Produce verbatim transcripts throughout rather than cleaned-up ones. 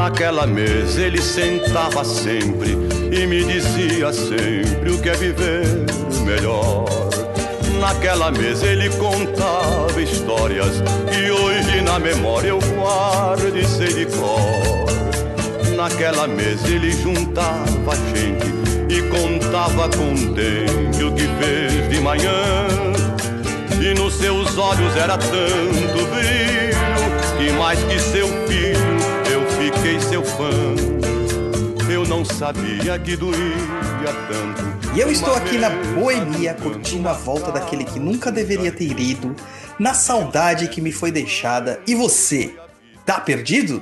Naquela mesa ele sentava sempre e me dizia sempre o que é viver melhor. Naquela mesa ele contava histórias que hoje na memória eu guardo e sei de cor. Naquela mesa ele juntava a gente e contava contente o que fez de manhã. E nos seus olhos era tanto brilho que mais que seu filho eu fiquei seu fã. Eu não sabia que doía tanto. E eu estou aqui na boemia, curtindo a volta daquele que nunca deveria ter ido, na saudade que me foi deixada. E você, tá perdido?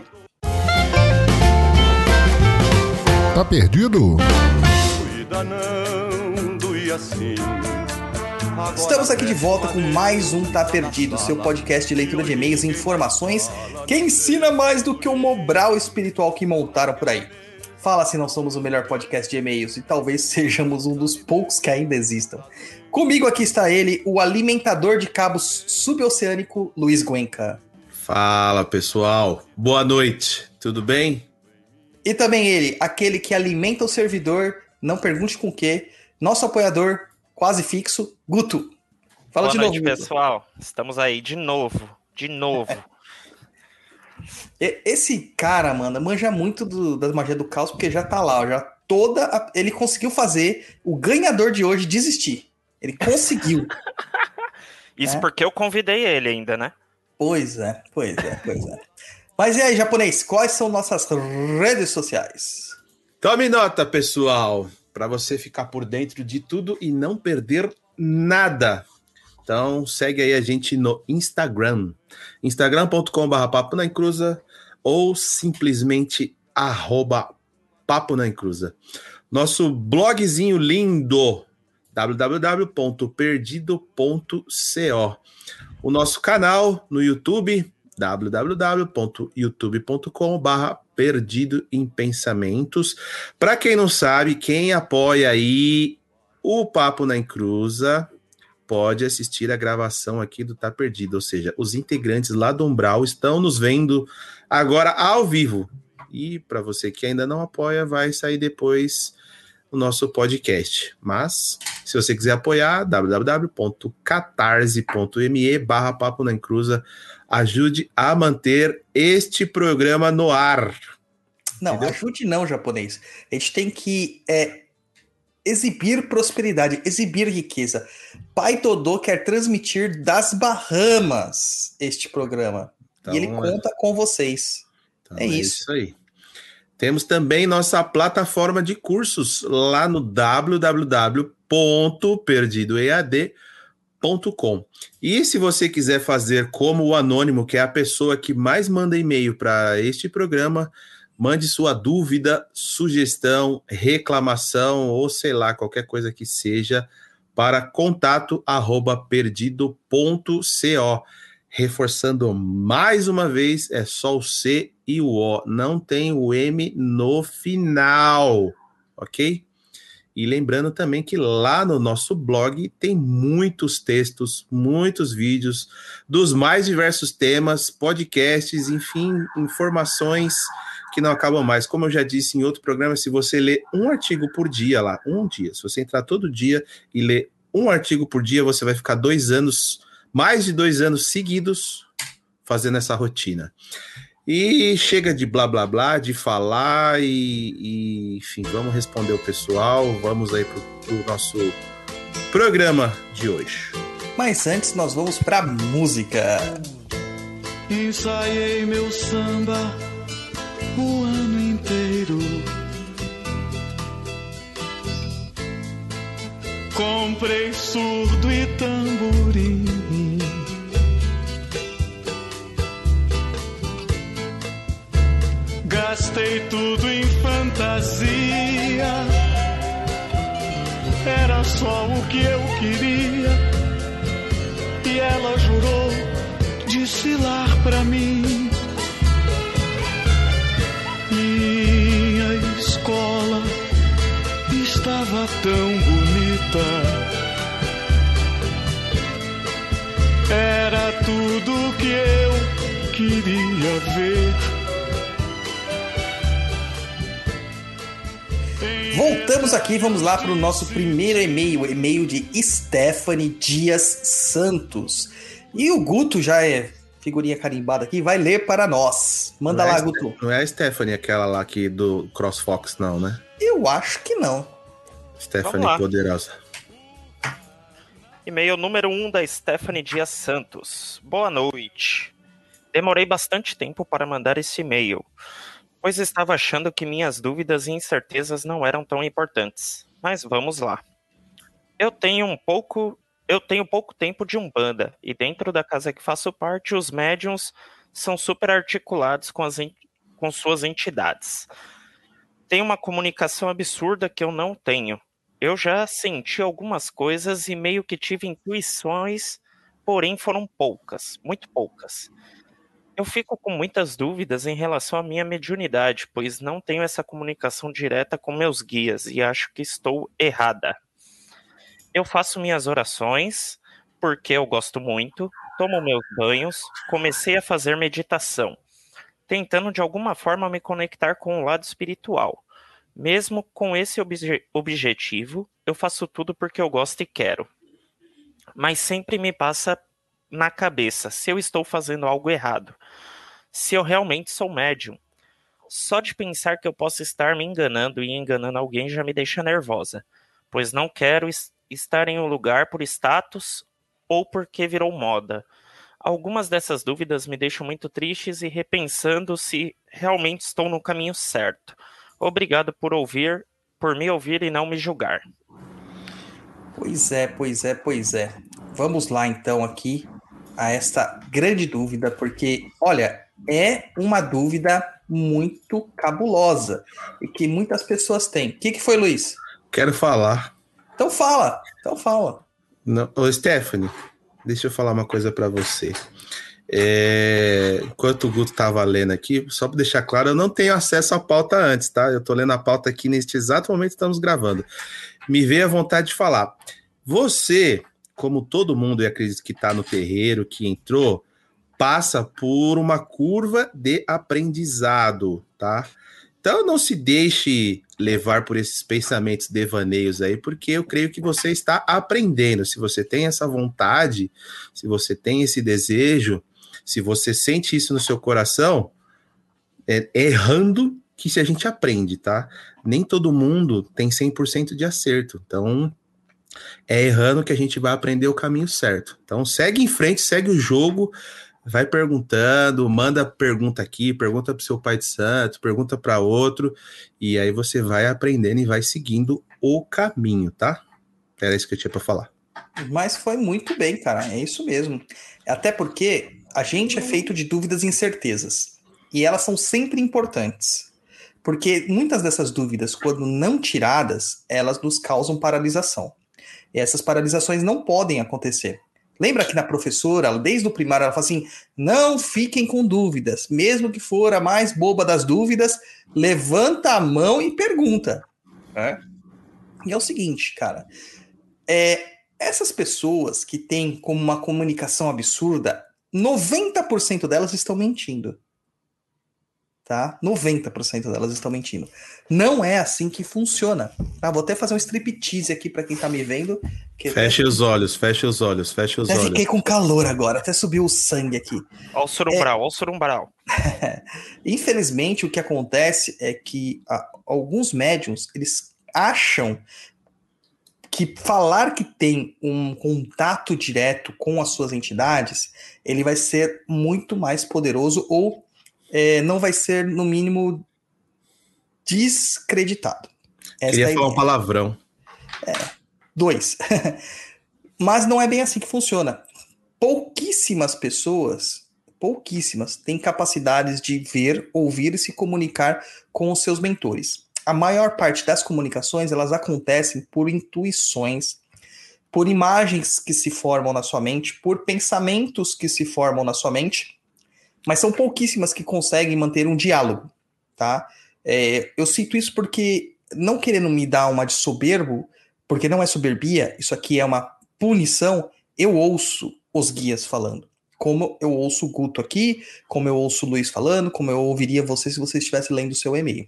Tá perdido? Doida não, doía sim. Estamos aqui de volta com mais um Tá Perdido, seu podcast de leitura de e-mails e informações que ensina mais do que o Mobral espiritual que montaram por aí. Fala se não somos o melhor podcast de e-mails e talvez sejamos um dos poucos que ainda existam. Comigo aqui está ele, o alimentador de cabos suboceânico, Luiz Guenca. Fala, pessoal. Boa noite. Tudo bem? E também ele, aquele que alimenta o servidor, não pergunte com o quê, nosso apoiador quase fixo, Guto. Fala Boa de noite, novo, Guto. pessoal. Estamos aí de novo, de novo. Esse cara, mano, manja muito do, da magia do caos, porque já tá lá, ó, já toda... A... Ele conseguiu fazer o ganhador de hoje desistir. Ele conseguiu. Isso é? Porque eu convidei ele ainda, né? Pois é, pois é, pois é. Mas e aí, japonês, quais são nossas redes sociais? Tome nota, pessoal, para você ficar por dentro de tudo e não perder nada. Então, segue aí a gente no Instagram, instagram ponto com barra papo na encruza ou simplesmente arroba papo na encruza. Nosso blogzinho lindo, w w w ponto perdido ponto co. O nosso canal no YouTube, w w w ponto youtube ponto com barra perdido em pensamentos. Para quem não sabe, quem apoia aí o Papo na Encruza pode assistir a gravação aqui do Tá Perdido, ou seja, os integrantes lá do Umbral estão nos vendo agora ao vivo. E para você que ainda não apoia, vai sair depois o nosso podcast. Mas, se você quiser apoiar, w w w ponto catarse ponto me barra papo na encruza. Ajude a manter este programa no ar. Não, entendeu? Ajude não, japonês. A gente tem que é, exibir prosperidade, exibir riqueza. Pai Dodô quer transmitir das Bahamas este programa. Então, e ele conta é... com vocês. Então, é, é isso. isso aí. Temos também nossa plataforma de cursos lá no w w w ponto perdido e a d ponto com. E se você quiser fazer como o Anônimo, que é a pessoa que mais manda e-mail para este programa, mande sua dúvida, sugestão, reclamação ou sei lá, qualquer coisa que seja para contato arroba perdido ponto co. Reforçando mais uma vez, é só o C e o O, não tem o M no final, ok? E lembrando também que lá no nosso blog tem muitos textos, muitos vídeos dos mais diversos temas, podcasts, enfim, informações que não acabam mais. Como eu já disse em outro programa, se você ler um artigo por dia lá, um dia, se você entrar todo dia e ler um artigo por dia, você vai ficar dois anos, mais de dois anos seguidos fazendo essa rotina. E chega de blá blá blá, de falar e, e enfim, vamos responder o pessoal, vamos aí pro, pro nosso programa de hoje. Mas antes nós vamos pra música. Ensaiei meu samba o ano inteiro, comprei surdo e tamborim, gastei tudo em fantasia, era só o que eu queria. E ela jurou desfilar pra mim. Minha escola estava tão bonita, era tudo que eu queria ver. Voltamos aqui, vamos lá para o nosso primeiro e-mail, e-mail de Stephanie Dias Santos. E o Guto já é figurinha carimbada aqui, vai ler para nós. Manda lá, Guto. Não é a Stephanie aquela lá que do CrossFox, não, né? Eu acho que não. Stephanie poderosa. E-mail número um da Stephanie Dias Santos. Boa noite. Demorei bastante tempo para mandar esse e-mail, pois estava achando que minhas dúvidas e incertezas não eram tão importantes. Mas vamos lá. Eu tenho um pouco, eu tenho pouco tempo de Umbanda, e dentro da casa que faço parte, os médiuns são super articulados com, as, com suas entidades. Tem uma comunicação absurda que eu não tenho. Eu já senti algumas coisas e meio que tive intuições, porém foram poucas, muito poucas. Eu fico com muitas dúvidas em relação à minha mediunidade, pois não tenho essa comunicação direta com meus guias e acho que estou errada. Eu faço minhas orações, porque eu gosto muito, tomo meus banhos, comecei a fazer meditação, tentando de alguma forma me conectar com o lado espiritual. Mesmo com esse obje- objetivo, eu faço tudo porque eu gosto e quero. Mas sempre me passa na cabeça se eu estou fazendo algo errado, se eu realmente sou médium. Só de pensar que eu posso estar me enganando e enganando alguém já me deixa nervosa, pois não quero es- estar em um lugar por status ou porque virou moda. Algumas dessas dúvidas me deixam muito tristes e repensando se realmente estou no caminho certo. Obrigado por ouvir, por me ouvir e não me julgar. Pois é, pois é, pois é. Vamos lá então aqui a esta grande dúvida, porque, olha, é uma dúvida muito cabulosa e que muitas pessoas têm. O que, que foi, Luiz? Quero falar. Então fala, então fala. Não, ô, Stephanie, deixa eu falar uma coisa para você. É, enquanto o Guto estava lendo aqui, só para deixar claro, eu não tenho acesso à pauta antes, tá? Eu estou lendo a pauta aqui neste exato momento que estamos gravando. Me veio a vontade de falar. Você, como todo mundo, e acredito que está no terreiro, que entrou, passa por uma curva de aprendizado, tá? Então não se deixe levar por esses pensamentos devaneios aí, porque eu creio que você está aprendendo. Se você tem essa vontade, se você tem esse desejo, se você sente isso no seu coração, é errando que se a gente aprende, tá? Nem todo mundo tem cem por cento de acerto, então é errando que a gente vai aprender o caminho certo. Então segue em frente, segue o jogo, vai perguntando, manda pergunta aqui, pergunta para o seu pai de santo, pergunta para outro, e aí você vai aprendendo e vai seguindo o caminho, tá? Era isso que eu tinha para falar. Mas foi muito bem, cara, é isso mesmo. Até porque a gente é feito de dúvidas e incertezas, e elas são sempre importantes, porque muitas dessas dúvidas, quando não tiradas, elas nos causam paralisação. E essas paralisações não podem acontecer. Lembra que na professora, desde o primário, ela fala assim, não fiquem com dúvidas, mesmo que for a mais boba das dúvidas, levanta a mão e pergunta. É? E é o seguinte, cara, é, essas pessoas que têm como uma comunicação absurda, noventa por cento delas estão mentindo. Tá? noventa por cento delas estão mentindo. Não é assim que funciona. Tá? Vou até fazer um striptease aqui para quem tá me vendo. Feche os olhos, feche os olhos, feche os até olhos. Fiquei com calor agora, até subiu o sangue aqui. Ó o surumbral, é... ó o surumbral. Infelizmente, o que acontece é que a, alguns médiums, eles acham que falar que tem um contato direto com as suas entidades, ele vai ser muito mais poderoso ou É, não vai ser, no mínimo, descreditado. Essa Queria é falar um palavrão. É, dois. Mas não é bem assim que funciona. Pouquíssimas pessoas, pouquíssimas, têm capacidades de ver, ouvir e se comunicar com os seus mentores. A maior parte das comunicações, elas acontecem por intuições, por imagens que se formam na sua mente, por pensamentos que se formam na sua mente, mas são pouquíssimas que conseguem manter um diálogo, tá? É, eu cito isso porque, não querendo me dar uma de soberbo, porque não é soberbia, isso aqui é uma punição, eu ouço os guias falando. como eu ouço o Guto aqui, como eu ouço o Luiz falando, como eu ouviria você se você estivesse lendo o seu e-mail.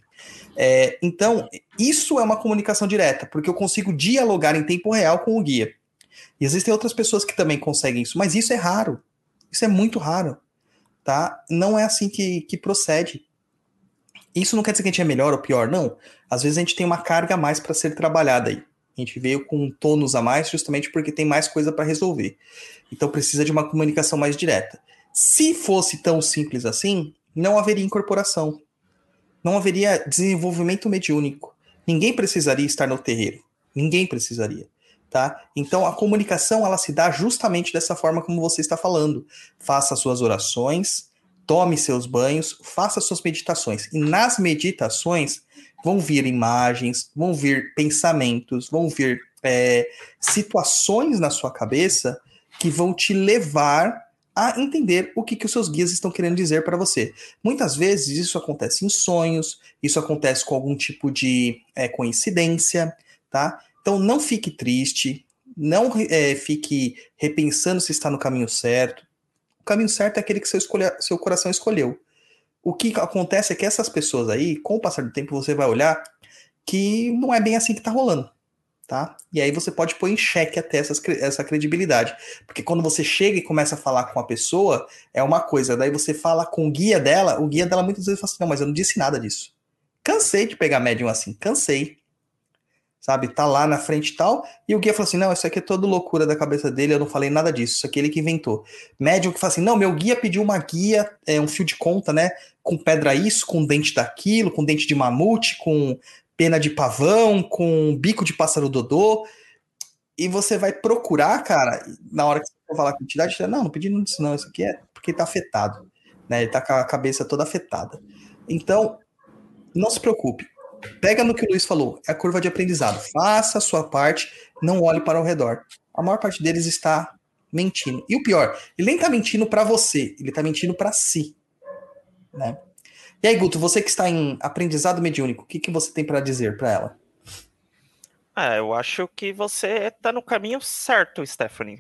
É, então, isso é uma comunicação direta, porque eu consigo dialogar em tempo real com o guia. E existem outras pessoas que também conseguem isso, mas isso é raro. Isso é muito raro, tá? Não é assim que, que procede. Isso não quer dizer que a gente é melhor ou pior, não. Às vezes a gente tem uma carga a mais para ser trabalhada aí. A gente veio com um tônus a mais justamente porque tem mais coisa para resolver. Então precisa de uma comunicação mais direta. Se fosse tão simples assim, não haveria incorporação. Não haveria desenvolvimento mediúnico. Ninguém precisaria estar no terreiro. Ninguém precisaria. Tá? Então a comunicação ela se dá justamente dessa forma como você está falando. Faça suas orações, tome seus banhos, faça suas meditações. E nas meditações vão vir imagens, vão vir pensamentos, vão vir é, situações na sua cabeça que vão te levar a entender o que, que os seus guias estão querendo dizer para você. Muitas vezes isso acontece em sonhos, isso acontece com algum tipo de é, coincidência, tá? Então não fique triste, não é, fique repensando se está no caminho certo. O caminho certo é aquele que seu, escolhe, seu coração escolheu. O que acontece é que essas pessoas aí, com o passar do tempo, você vai olhar que não é bem assim que tá rolando, tá? E aí você pode pôr em xeque até essas, essa credibilidade. Porque quando você chega e começa a falar com a pessoa, é uma coisa. Daí você fala com o guia dela, o guia dela muitas vezes fala assim, não, mas eu não disse nada disso. Cansei de pegar médium assim, cansei. Sabe, tá lá na frente e tal, e o guia fala assim, não, isso aqui é toda loucura da cabeça dele, eu não falei nada disso, isso aqui é ele que inventou. Médium que fala assim, não, meu guia pediu uma guia, é, um fio de conta, né, com pedra isso, com dente daquilo, com dente de mamute, com pena de pavão, com bico de pássaro dodô, e você vai procurar, cara, na hora que você for falar com a entidade, você, não, não pedi nada disso não, isso aqui é porque ele tá afetado, né, ele tá com a cabeça toda afetada. Então, não se preocupe. Pega no que o Luiz falou, é a curva de aprendizado. Faça a sua parte, não olhe para o redor. A maior parte deles está mentindo. E o pior, ele nem está mentindo para você, ele está mentindo para si. Né? E aí, Guto, você que está em aprendizado mediúnico, o que, que você tem para dizer para ela? É, eu acho que você está no caminho certo, Stephanie.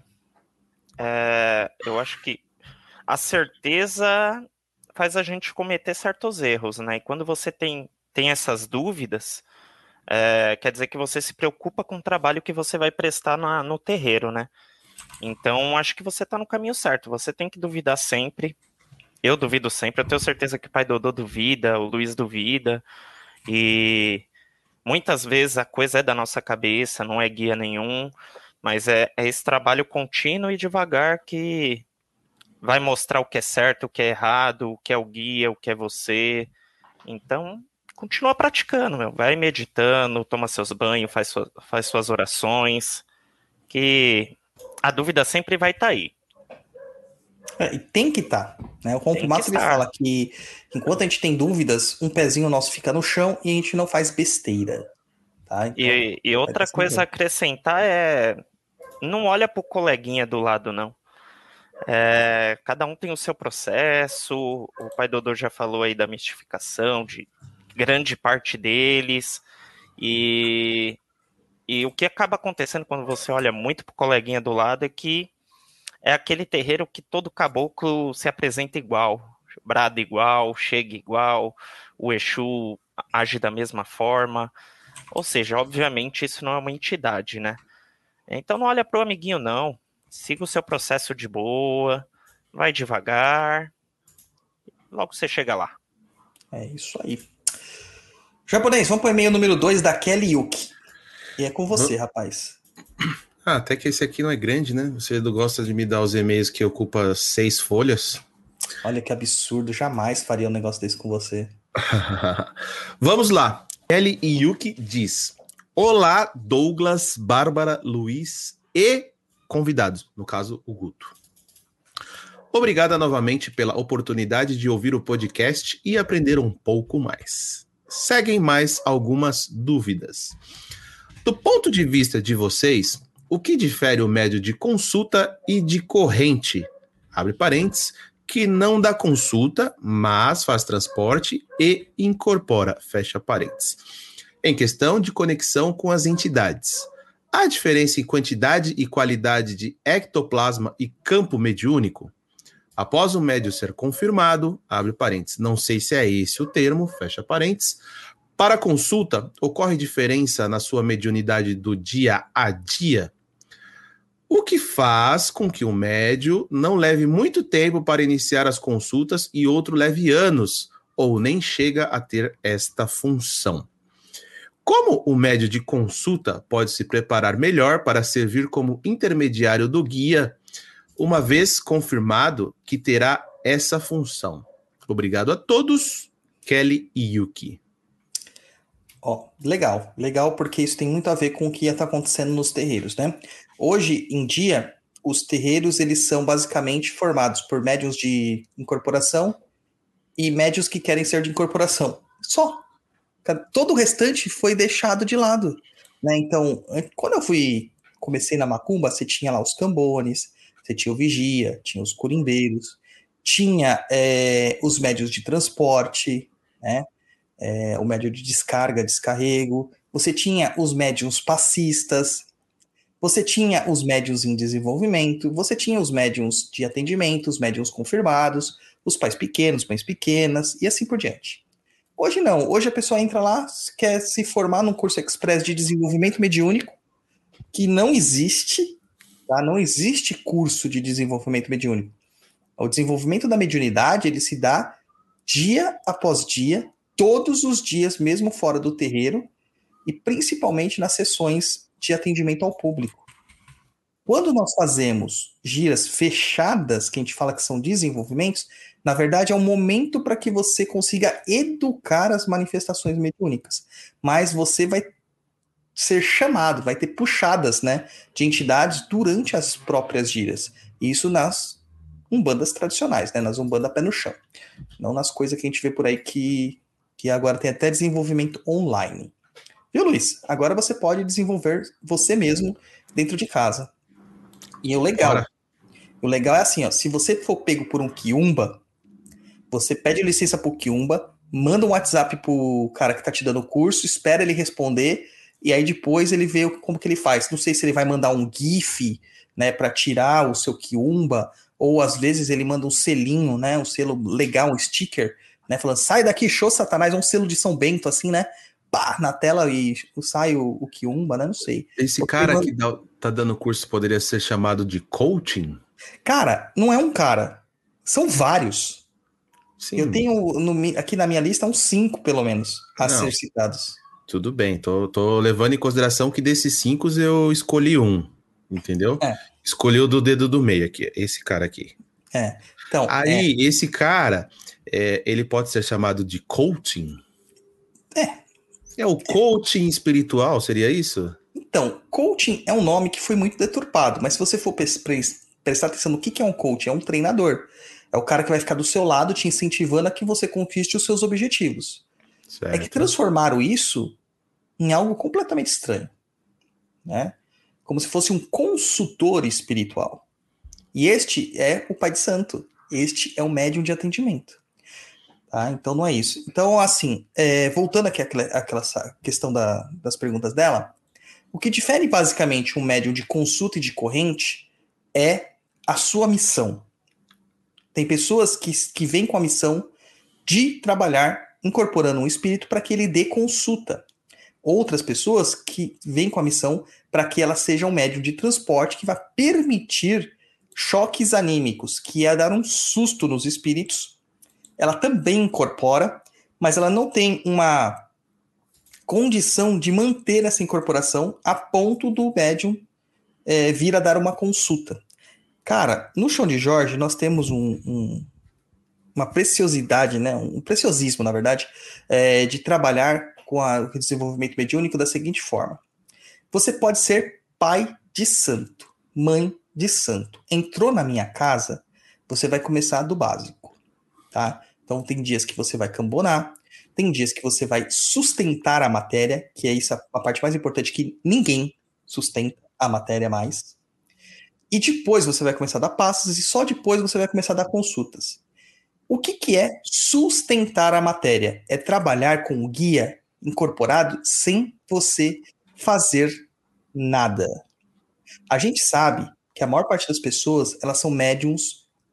É, eu acho que a certeza faz a gente cometer certos erros, né? E quando você tem tem essas dúvidas, é, quer dizer que você se preocupa com o trabalho que você vai prestar na, no terreiro, né? Então, acho que você está no caminho certo. Você tem que duvidar sempre. Eu duvido sempre. Eu tenho certeza que o pai Dodô duvida, o Luiz duvida. E muitas vezes a coisa é da nossa cabeça, não é guia nenhum. Mas é, é esse trabalho contínuo e devagar que vai mostrar o que é certo, o que é errado, o que é o guia, o que é você. Então, continua praticando, meu. Vai meditando, toma seus banhos, faz, sua, faz suas orações, que a dúvida sempre vai estar tá aí. É, e tem que estar, tá, né? O Ronto Mato ele fala que enquanto a gente tem dúvidas, um pezinho nosso fica no chão e a gente não faz besteira. Tá? Então, e, e outra coisa a acrescentar é, não olha pro coleguinha do lado, não. É, cada um tem o seu processo, o pai Dodô já falou aí da mistificação, de grande parte deles, e, e o que acaba acontecendo quando você olha muito pro coleguinha do lado é que é aquele terreiro que todo caboclo se apresenta igual, brada igual, chega igual, o Exu age da mesma forma, ou seja, obviamente isso não é uma entidade, né? Então não olha pro amiguinho não, siga o seu processo de boa, vai devagar, logo você chega lá. É isso aí. Japonês, vamos para o e-mail número dois da Kelly Yuki. E é com você, rapaz. Ah, até que esse aqui não é grande, né? Você gosta de me dar os e-mails que ocupam seis folhas. Olha que absurdo, jamais faria um negócio desse com você. Vamos lá. Kelly Yuki diz: olá, Douglas, Bárbara, Luiz e convidados, no caso, o Guto. Obrigada novamente pela oportunidade de ouvir o podcast e aprender um pouco mais. Seguem mais algumas dúvidas. Do ponto de vista de vocês, o que difere o médio de consulta e de corrente? Abre parênteses, que não dá consulta, mas faz transporte e incorpora, fecha parênteses. Em questão de conexão com as entidades. Há diferença em quantidade e qualidade de ectoplasma e campo mediúnico? Após o médium ser confirmado, abre parênteses, não sei se é esse o termo, fecha parênteses, para consulta, ocorre diferença na sua mediunidade do dia a dia? O que faz com que o médium não leve muito tempo para iniciar as consultas e outro leve anos, ou nem chega a ter esta função. Como o médium de consulta pode se preparar melhor para servir como intermediário do guia, uma vez confirmado que terá essa função? Obrigado a todos, Kelly e Yuki. Ó, legal, legal, porque isso tem muito a ver com o que está acontecendo nos terreiros, né? Hoje em dia, os terreiros, eles são basicamente formados por médiuns de incorporação e médiuns que querem ser de incorporação. Só. Todo o restante foi deixado de lado, né? Então, quando eu fui, comecei na macumba, você tinha lá os cambones, você tinha o vigia, tinha os curimbeiros, tinha é, os médiuns de transporte, né? É, o médium de descarga, descarrego, você tinha os médiuns passistas, você tinha os médiuns em desenvolvimento, você tinha os médiuns de atendimento, os médiuns confirmados, os pais pequenos, mães pequenas, e assim por diante. Hoje não, hoje a pessoa entra lá, quer se formar num curso express de desenvolvimento mediúnico, que não existe, tá? Não existe curso de desenvolvimento mediúnico. O desenvolvimento da mediunidade, ele se dá dia após dia, todos os dias, mesmo fora do terreiro, e principalmente nas sessões de atendimento ao público. Quando nós fazemos giras fechadas, que a gente fala que são desenvolvimentos, na verdade é um momento para que você consiga educar as manifestações mediúnicas. Mas você vai ser chamado, vai ter puxadas, né, de entidades durante as próprias giras. Isso nas umbandas tradicionais, né, nas umbandas pé no chão. Não nas coisas que a gente vê por aí que, que agora tem até desenvolvimento online. Viu, Luiz? Agora você pode desenvolver você mesmo dentro de casa. E o legal, Bora. o legal é assim, ó, se você for pego por um quiumba, você pede licença pro quiumba, manda um WhatsApp pro cara que tá te dando o curso, espera ele responder, e aí depois ele vê como que ele faz. Não sei se ele vai mandar um GIF, né, para tirar o seu quiumba, ou às vezes ele manda um selinho, né, um selo legal, um sticker, né, falando, sai daqui, show Satanás, um selo de São Bento, assim, né, pá, na tela e sai o, o quiumba, né, não sei. Esse Porque cara manda... que dá, tá dando curso poderia ser chamado de coaching? Cara, não é um cara, são vários. Sim. Eu tenho no, aqui na minha lista uns cinco, pelo menos, a não. ser citados. Tudo bem, tô, tô levando em consideração que desses cinco eu escolhi um, entendeu? É. Escolhi o do dedo do meio aqui, esse cara aqui. É. Então, Aí, é... esse cara, é, ele pode ser chamado de coaching? É. É o coaching espiritual, seria isso? Então, coaching é um nome que foi muito deturpado, mas se você for prestar atenção no que é um coach, é um treinador. É o cara que vai ficar do seu lado te incentivando a que você conquiste os seus objetivos. Certo. É que transformaram isso em algo completamente estranho, né? Como se fosse um consultor espiritual. E este é o Pai de Santo. Este é o médium de atendimento. Tá? Então não é isso. Então, assim, é, voltando aqui àquela, àquela questão da, das perguntas dela, o que difere basicamente um médium de consulta e de corrente é a sua missão. Tem pessoas que, que vêm com a missão de trabalhar incorporando um espírito para que ele dê consulta. Outras pessoas que vêm com a missão para que ela seja um médium de transporte que vai permitir choques anímicos, que é dar um susto nos espíritos. Ela também incorpora, mas ela não tem uma condição de manter essa incorporação a ponto do médium é, vir a dar uma consulta. Cara, no Chão de Jorge nós temos um, um, uma preciosidade, né, um preciosismo, na verdade, é, de trabalhar com a, o desenvolvimento mediúnico da seguinte forma. Você pode ser pai de santo, mãe de santo. Entrou na minha casa, você vai começar do básico, tá? Então tem dias que você vai cambonar, tem dias que você vai sustentar a matéria, que é isso a, a parte mais importante, que ninguém sustenta a matéria mais. E depois você vai começar a dar passos, e só depois você vai começar a dar consultas. O que, que é sustentar a matéria? É trabalhar com o guia incorporado sem você fazer nada. A gente sabe que a maior parte das pessoas, elas são médiums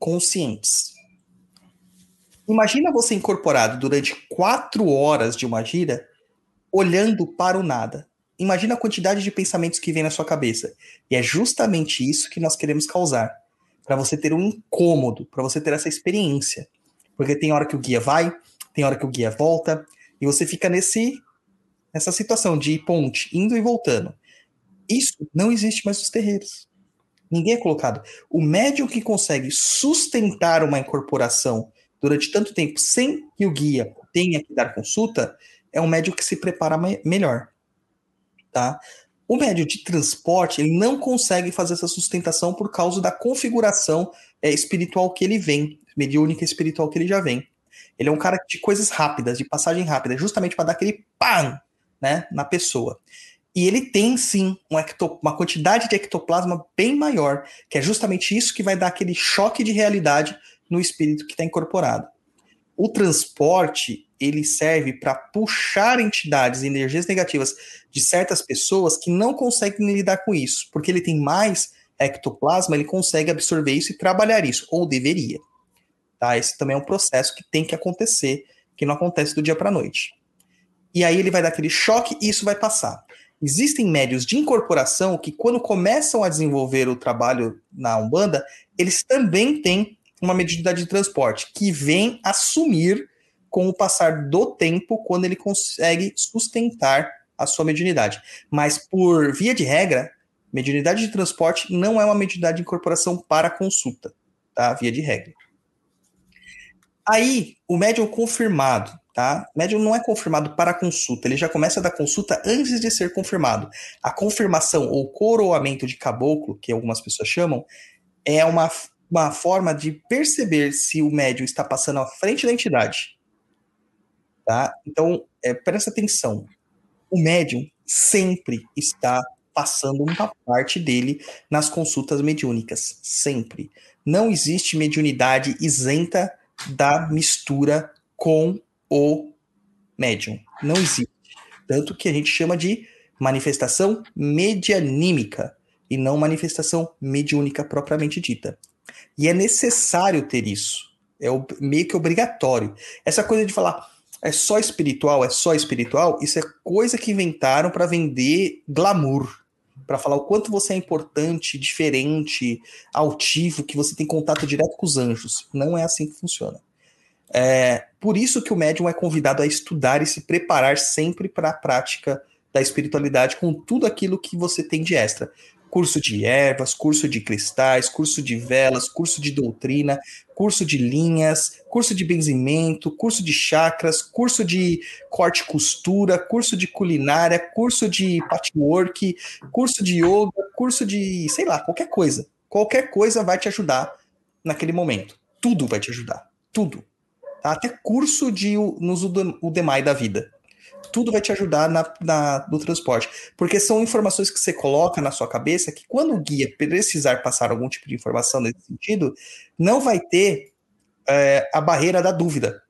conscientes. Imagina você incorporado durante quatro horas de uma gira, olhando para o nada. Imagina a quantidade de pensamentos que vem na sua cabeça. E é justamente isso que nós queremos causar. Para você ter um incômodo, para você ter essa experiência. Porque tem hora que o guia vai, tem hora que o guia volta, e você fica nesse, nessa situação de ponte, indo e voltando. Isso não existe mais nos terreiros. Ninguém é colocado. O médium que consegue sustentar uma incorporação durante tanto tempo sem que o guia tenha que dar consulta, é um médium que se prepara melhor. Tá? O médium de transporte, ele não consegue fazer essa sustentação por causa da configuração é, espiritual que ele vem, mediúnica espiritual que ele já vem. Ele é um cara de coisas rápidas, de passagem rápida, justamente para dar aquele pam, né, na pessoa. E ele tem, sim, um ecto, uma quantidade de ectoplasma bem maior, que é justamente isso que vai dar aquele choque de realidade no espírito que está incorporado. O transporte, ele serve para puxar entidades e energias negativas de certas pessoas que não conseguem lidar com isso, porque ele tem mais ectoplasma, ele consegue absorver isso e trabalhar isso, ou deveria. Tá? Esse também é um processo que tem que acontecer, que não acontece do dia para a noite. E aí ele vai dar aquele choque e isso vai passar. Existem médios de incorporação que, quando começam a desenvolver o trabalho na Umbanda, eles também têm uma mediunidade de transporte, que vem assumir com o passar do tempo, quando ele consegue sustentar a sua mediunidade. Mas, por via de regra, mediunidade de transporte não é uma mediunidade de incorporação para consulta, tá? Via de regra. Aí, o médium confirmado, tá? O médium não é confirmado para consulta, ele já começa a dar consulta antes de ser confirmado. A confirmação ou coroamento de caboclo, que algumas pessoas chamam, é uma, uma forma de perceber se o médium está passando à frente da entidade. Tá? Então, é, presta atenção. O médium sempre está passando uma parte dele nas consultas mediúnicas. Sempre. Não existe mediunidade isenta da mistura com o médium. Não existe. Tanto que a gente chama de manifestação medianímica e não manifestação mediúnica propriamente dita. E é necessário ter isso. É meio que obrigatório. Essa coisa de falar é só espiritual, é só espiritual, isso é coisa que inventaram para vender glamour, para falar o quanto você é importante, diferente, altivo, que você tem contato direto com os anjos. Não é assim que funciona. É por isso que o médium é convidado a estudar e se preparar sempre para a prática da espiritualidade com tudo aquilo que você tem de extra. Curso de ervas, curso de cristais, curso de velas, curso de doutrina, curso de linhas, curso de benzimento, curso de chakras, curso de corte e costura, curso de culinária, curso de patchwork, curso de yoga, curso de, sei lá, qualquer coisa. Qualquer coisa vai te ajudar naquele momento. Tudo vai te ajudar. Tudo. Tá? Até curso de nos Udemai da vida. Tudo vai te ajudar na, na, no transporte. Porque são informações que você coloca na sua cabeça que, quando o guia precisar passar algum tipo de informação nesse sentido, não vai ter é, a barreira da dúvida.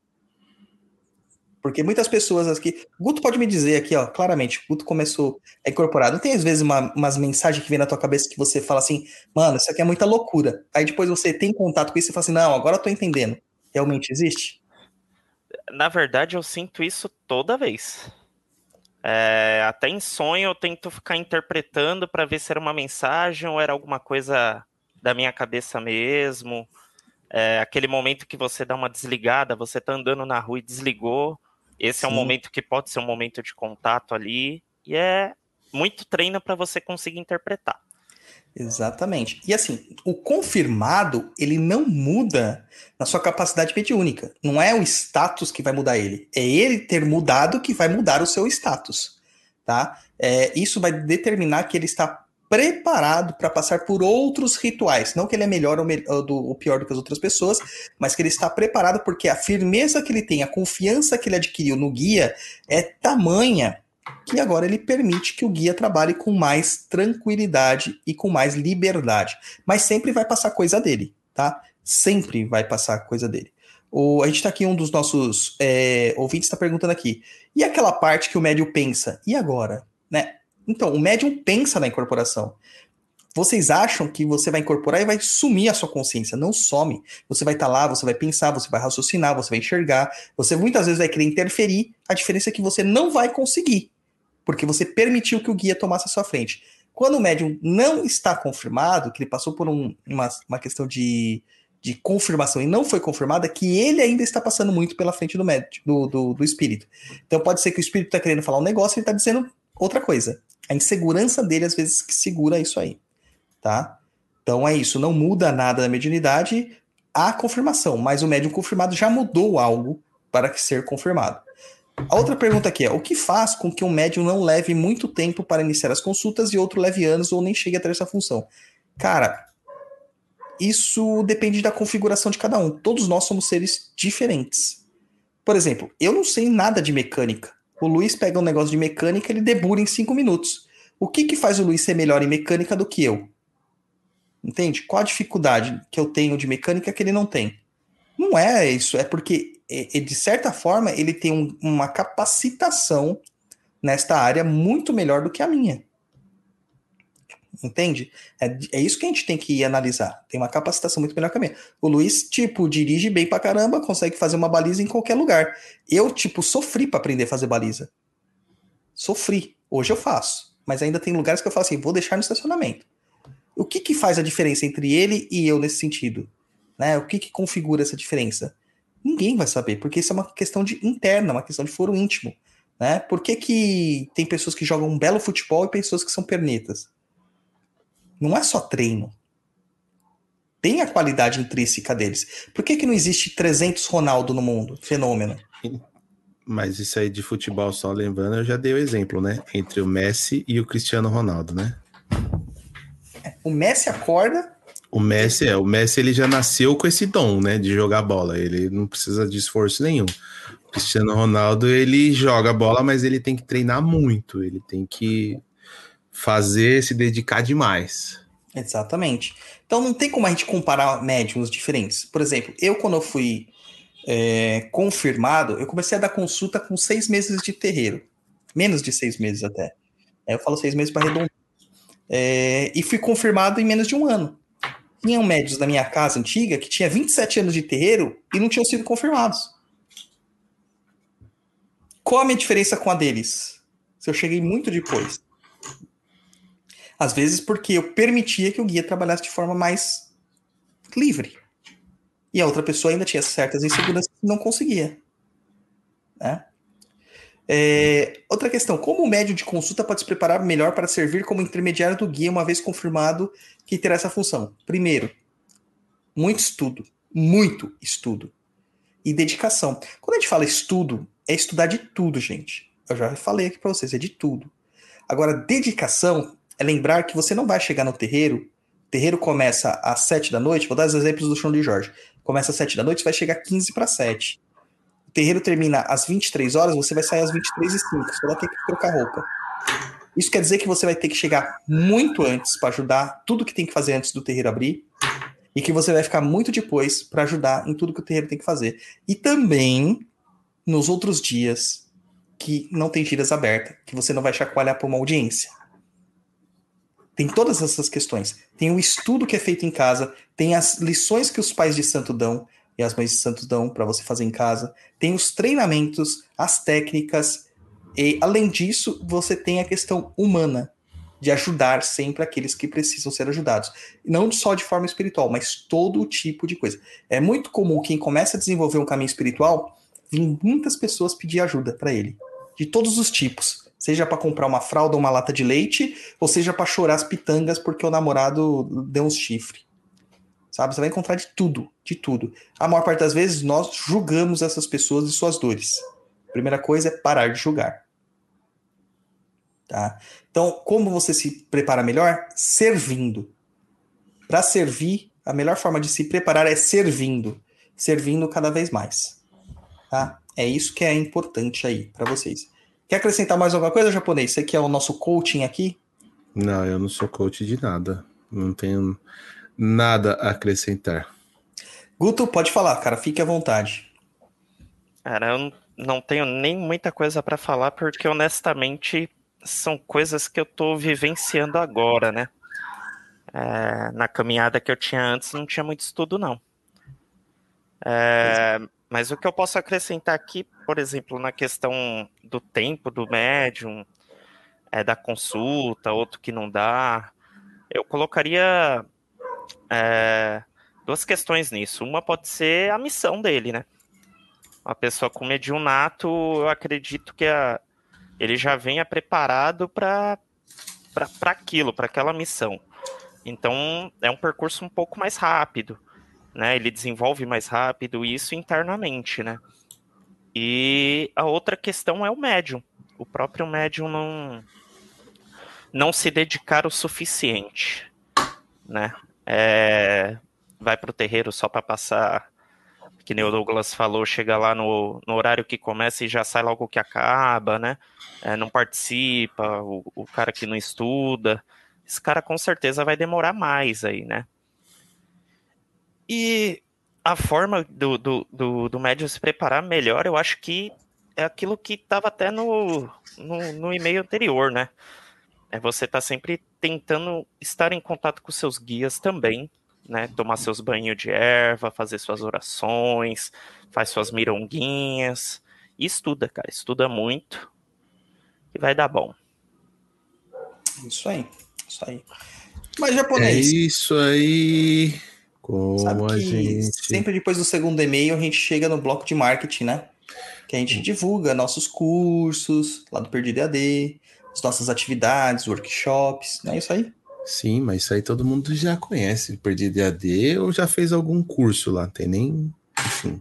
Porque muitas pessoas aqui... Guto pode me dizer aqui, ó, claramente, Guto começou a incorporar. Não tem, às vezes, uma, umas mensagens que vem na tua cabeça que você fala assim, mano, isso aqui é muita loucura. Aí depois você tem contato com isso e fala assim, não, agora eu tô entendendo. Realmente existe? Na verdade, eu sinto isso toda vez. É, até em sonho eu tento ficar interpretando para ver se era uma mensagem ou era alguma coisa da minha cabeça mesmo. É, aquele momento que você dá uma desligada, você tá andando na rua e desligou. Esse Sim. é um momento que pode ser um momento de contato ali. E é muito treino para você conseguir interpretar. Exatamente. E assim, o confirmado, ele não muda na sua capacidade mediúnica. Não é o status que vai mudar ele. É ele ter mudado que vai mudar o seu status. Tá? É, isso vai determinar que ele está preparado para passar por outros rituais. Não que ele é melhor ou, me- ou, do, ou pior do que as outras pessoas, mas que ele está preparado porque a firmeza que ele tem, a confiança que ele adquiriu no guia é tamanha que agora ele permite que o guia trabalhe com mais tranquilidade e com mais liberdade. Mas sempre vai passar coisa dele, tá? Sempre vai passar coisa dele. O, a gente tá aqui, um dos nossos é, ouvintes está perguntando aqui, e aquela parte que o médium pensa? E agora? Né? Então, o médium pensa na incorporação. Vocês acham que você vai incorporar e vai sumir a sua consciência. Não some. Você vai estar lá, você vai pensar, você vai raciocinar, você vai enxergar. Você muitas vezes vai querer interferir. A diferença é que você não vai conseguir. Porque você permitiu que o guia tomasse a sua frente. Quando o médium não está confirmado, que ele passou por um, uma, uma questão de, de confirmação e não foi confirmada, que ele ainda está passando muito pela frente do, médium, do, do, do espírito. Então pode ser que o espírito está querendo falar um negócio e ele está dizendo outra coisa. A insegurança dele, às vezes, que segura isso aí. Tá? Então é isso. Não muda nada na mediunidade a confirmação, mas o médium confirmado já mudou algo para ser confirmado. A outra pergunta aqui é, o que faz com que um médium não leve muito tempo para iniciar as consultas e outro leve anos ou nem chegue a ter essa função? Cara, isso depende da configuração de cada um. Todos nós somos seres diferentes. Por exemplo, eu não sei nada de mecânica. O Luiz pega um negócio de mecânica e ele debura em cinco minutos. O que que faz o Luiz ser melhor em mecânica do que eu? Entende? Qual a dificuldade que eu tenho de mecânica que ele não tem? Não é isso, é porque, de certa forma, ele tem um, uma capacitação nesta área muito melhor do que a minha. Entende? É, é isso que a gente tem que analisar. Tem uma capacitação muito melhor que a minha. O Luiz, tipo, dirige bem pra caramba, consegue fazer uma baliza em qualquer lugar. Eu, tipo, sofri pra aprender a fazer baliza. Sofri. Hoje eu faço. Mas ainda tem lugares que eu falo assim, vou deixar no estacionamento. O que que faz a diferença entre ele e eu nesse sentido? Né? O que que configura essa diferença? Ninguém vai saber, porque isso é uma questão de interna, uma questão de foro íntimo. Né? Por que que tem pessoas que jogam um belo futebol e pessoas que são pernetas? Não é só treino. Tem a qualidade intrínseca deles. Por que que não existe trezentos Ronaldo no mundo? Fenômeno. Mas isso aí de futebol, só lembrando, eu já dei o exemplo, né? Entre o Messi e o Cristiano Ronaldo, né? O Messi acorda... O Messi é, o Messi ele já nasceu com esse dom, né, de jogar bola. Ele não precisa de esforço nenhum. O Cristiano Ronaldo, ele joga bola, mas ele tem que treinar muito. Ele tem que fazer, se dedicar demais. Exatamente. Então não tem como a gente comparar médiums diferentes. Por exemplo, eu quando eu fui é, confirmado, eu comecei a dar consulta com seis meses de terreiro. Menos de seis meses até. Eu falo seis meses para arredondar. É, e fui confirmado em menos de um ano. Tinham médios na minha casa antiga que tinha vinte e sete anos de terreiro e não tinham sido confirmados. Qual a minha diferença com a deles? Se eu cheguei muito depois. Às vezes porque eu permitia que o guia trabalhasse de forma mais livre. E a outra pessoa ainda tinha certas inseguranças e não conseguia. Né? É, outra questão, como o médium de consulta pode se preparar melhor para servir como intermediário do guia uma vez confirmado que terá essa função? Primeiro, muito estudo, muito estudo e dedicação. Quando a gente fala estudo, é estudar de tudo, gente. Eu já falei aqui para vocês, é de tudo. Agora, dedicação é lembrar que você não vai chegar no terreiro, o terreiro começa às sete da noite, vou dar os exemplos do chão de Jorge, começa às sete da noite, vai chegar quinze para sete. O terreiro termina às vinte e três horas, você vai sair às vinte e três e cinco, você vai ter que trocar roupa. Isso quer dizer que você vai ter que chegar muito antes para ajudar tudo que tem que fazer antes do terreiro abrir, e que você vai ficar muito depois para ajudar em tudo que o terreiro tem que fazer. E também nos outros dias que não tem giras abertas, que você não vai chacoalhar por uma audiência. Tem todas essas questões. Tem o estudo que é feito em casa, tem as lições que os pais de santo dão, e as mães de santos dão para você fazer em casa, tem os treinamentos, as técnicas, e além disso, você tem a questão humana, de ajudar sempre aqueles que precisam ser ajudados. Não só de forma espiritual, mas todo tipo de coisa. É muito comum quem começa a desenvolver um caminho espiritual, vir muitas pessoas pedir ajuda para ele, de todos os tipos. Seja para comprar uma fralda ou uma lata de leite, ou seja para chorar as pitangas porque o namorado deu uns chifres. Sabe? Você vai encontrar de tudo, de tudo. A maior parte das vezes, nós julgamos essas pessoas e suas dores. A primeira coisa é parar de julgar. Tá? Então, como você se prepara melhor? Servindo. Para servir, a melhor forma de se preparar é servindo. Servindo cada vez mais. Tá? É isso que é importante aí para vocês. Quer acrescentar mais alguma coisa, japonês? Você que é o nosso coaching aqui? Não, eu não sou coach de nada. Não tenho nada a acrescentar. Guto, pode falar, cara. Fique à vontade. Cara, eu não tenho nem muita coisa para falar, porque honestamente são coisas que eu tô vivenciando agora, né? É, na caminhada que eu tinha antes não tinha muito estudo, não. É, mas o que eu posso acrescentar aqui, por exemplo, na questão do tempo do médium, é, da consulta, outro que não dá, eu colocaria é, duas questões nisso. Uma pode ser a missão dele, né? Uma pessoa com mediunato, eu acredito que a, ele já venha preparado para para aquilo, para aquela missão. Então, é um percurso um pouco mais rápido, né? Ele desenvolve mais rápido isso internamente, né? E a outra questão é o médium. O próprio médium não, não se dedicar o suficiente, né? É, vai pro terreiro só para passar, que nem o Douglas falou, chega lá no, no horário que começa e já sai logo que acaba, né? É, não participa, o, o cara que não estuda, esse cara com certeza vai demorar mais aí, né? E a forma do, do, do, do médium se preparar melhor, eu acho que é aquilo que estava até no, no, no e-mail anterior, né? É você tá sempre tentando estar em contato com seus guias também, né? Tomar seus banhos de erva, fazer suas orações, faz suas mironguinhas e estuda, cara. Estuda muito e vai dar bom. Isso aí, isso aí. Mas japonês... É isso aí... Como Sabe a que gente... sempre depois do segundo e-mail a gente chega no bloco de marketing, né? Que a gente divulga nossos cursos lá do Perdido E A D, as nossas atividades, workshops, não é isso aí? Sim, mas isso aí todo mundo já conhece. Perdido E A D ou já fez algum curso lá, tem nem... Enfim.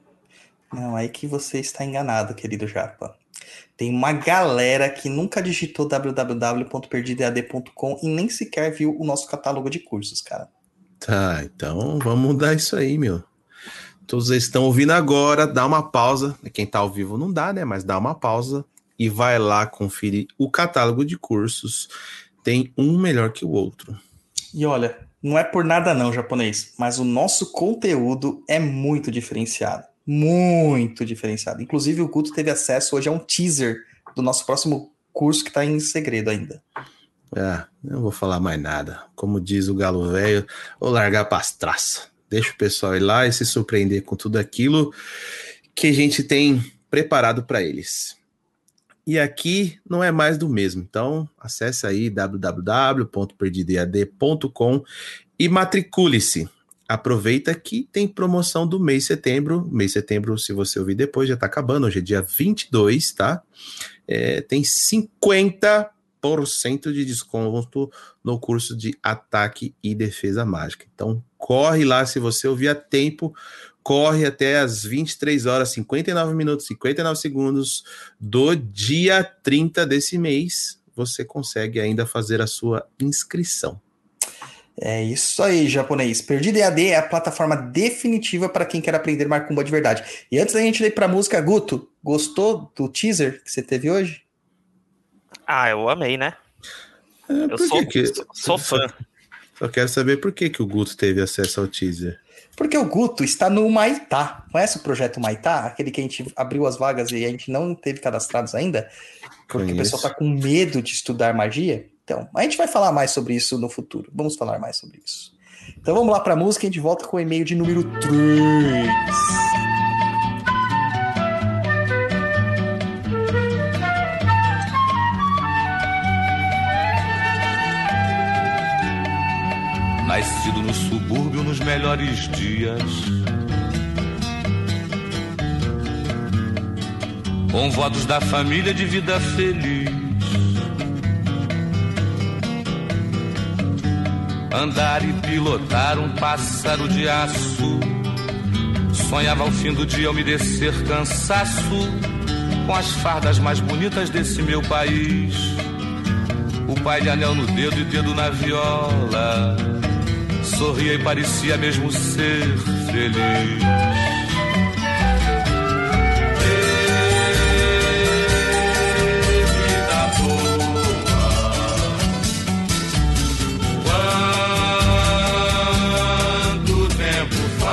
Não, aí que você está enganado, querido Japa. Tem uma galera que nunca digitou w w w ponto perdido e a d ponto com e nem sequer viu o nosso catálogo de cursos, cara. Tá, então vamos mudar isso aí, meu. Todos eles estão ouvindo agora, dá uma pausa. Quem tá ao vivo não dá, né? Mas dá uma pausa e vai lá conferir o catálogo de cursos. Tem um melhor que o outro. E olha, não é por nada não, japonês, mas o nosso conteúdo é muito diferenciado. Muito diferenciado. Inclusive o Guto teve acesso hoje a um teaser do nosso próximo curso que tá em segredo ainda. Ah, não vou falar mais nada. Como diz o galo velho, vou largar pras traças. Deixa o pessoal ir lá e se surpreender com tudo aquilo que a gente tem preparado para eles. E aqui não é mais do mesmo. Então, acesse aí w w w ponto perdido e a d ponto com e matricule-se. Aproveita que tem promoção do mês de setembro. Mês de setembro, se você ouvir depois, já está acabando. Hoje é dia vinte e dois, tá? É, tem cinquenta por cento de desconto no curso de ataque e defesa mágica. Então, corre lá, se você ouvir a tempo, corre até as vinte e três horas, cinquenta e nove minutos, cinquenta e nove segundos do dia trinta desse mês, você consegue ainda fazer a sua inscrição. É isso aí, japonês. Perdido E A D é a plataforma definitiva para quem quer aprender macumba de verdade. E antes da gente ir para a música, Guto, gostou do teaser que você teve hoje? Ah, eu amei, né? É, eu sou, que... sou, sou fã. Só, só quero saber por que, que o Guto teve acesso ao teaser. Porque o Guto está no Maitá. Conhece o projeto Maitá? Aquele que a gente abriu as vagas e a gente não teve cadastrados ainda? Porque Conheço. o pessoal está com medo de estudar magia. Então, a gente vai falar mais sobre isso no futuro. Vamos falar mais sobre isso. Então vamos lá para a música e a gente volta com o e-mail de número três. Nascido no subúrbio nos melhores dias, com votos da família de vida feliz, andar e pilotar um pássaro de aço, sonhava ao fim do dia umedecer cansaço, com as fardas mais bonitas desse meu país, o pai de anel no dedo e dedo na viola, sorria e parecia mesmo ser feliz. Vida boa, quanto tempo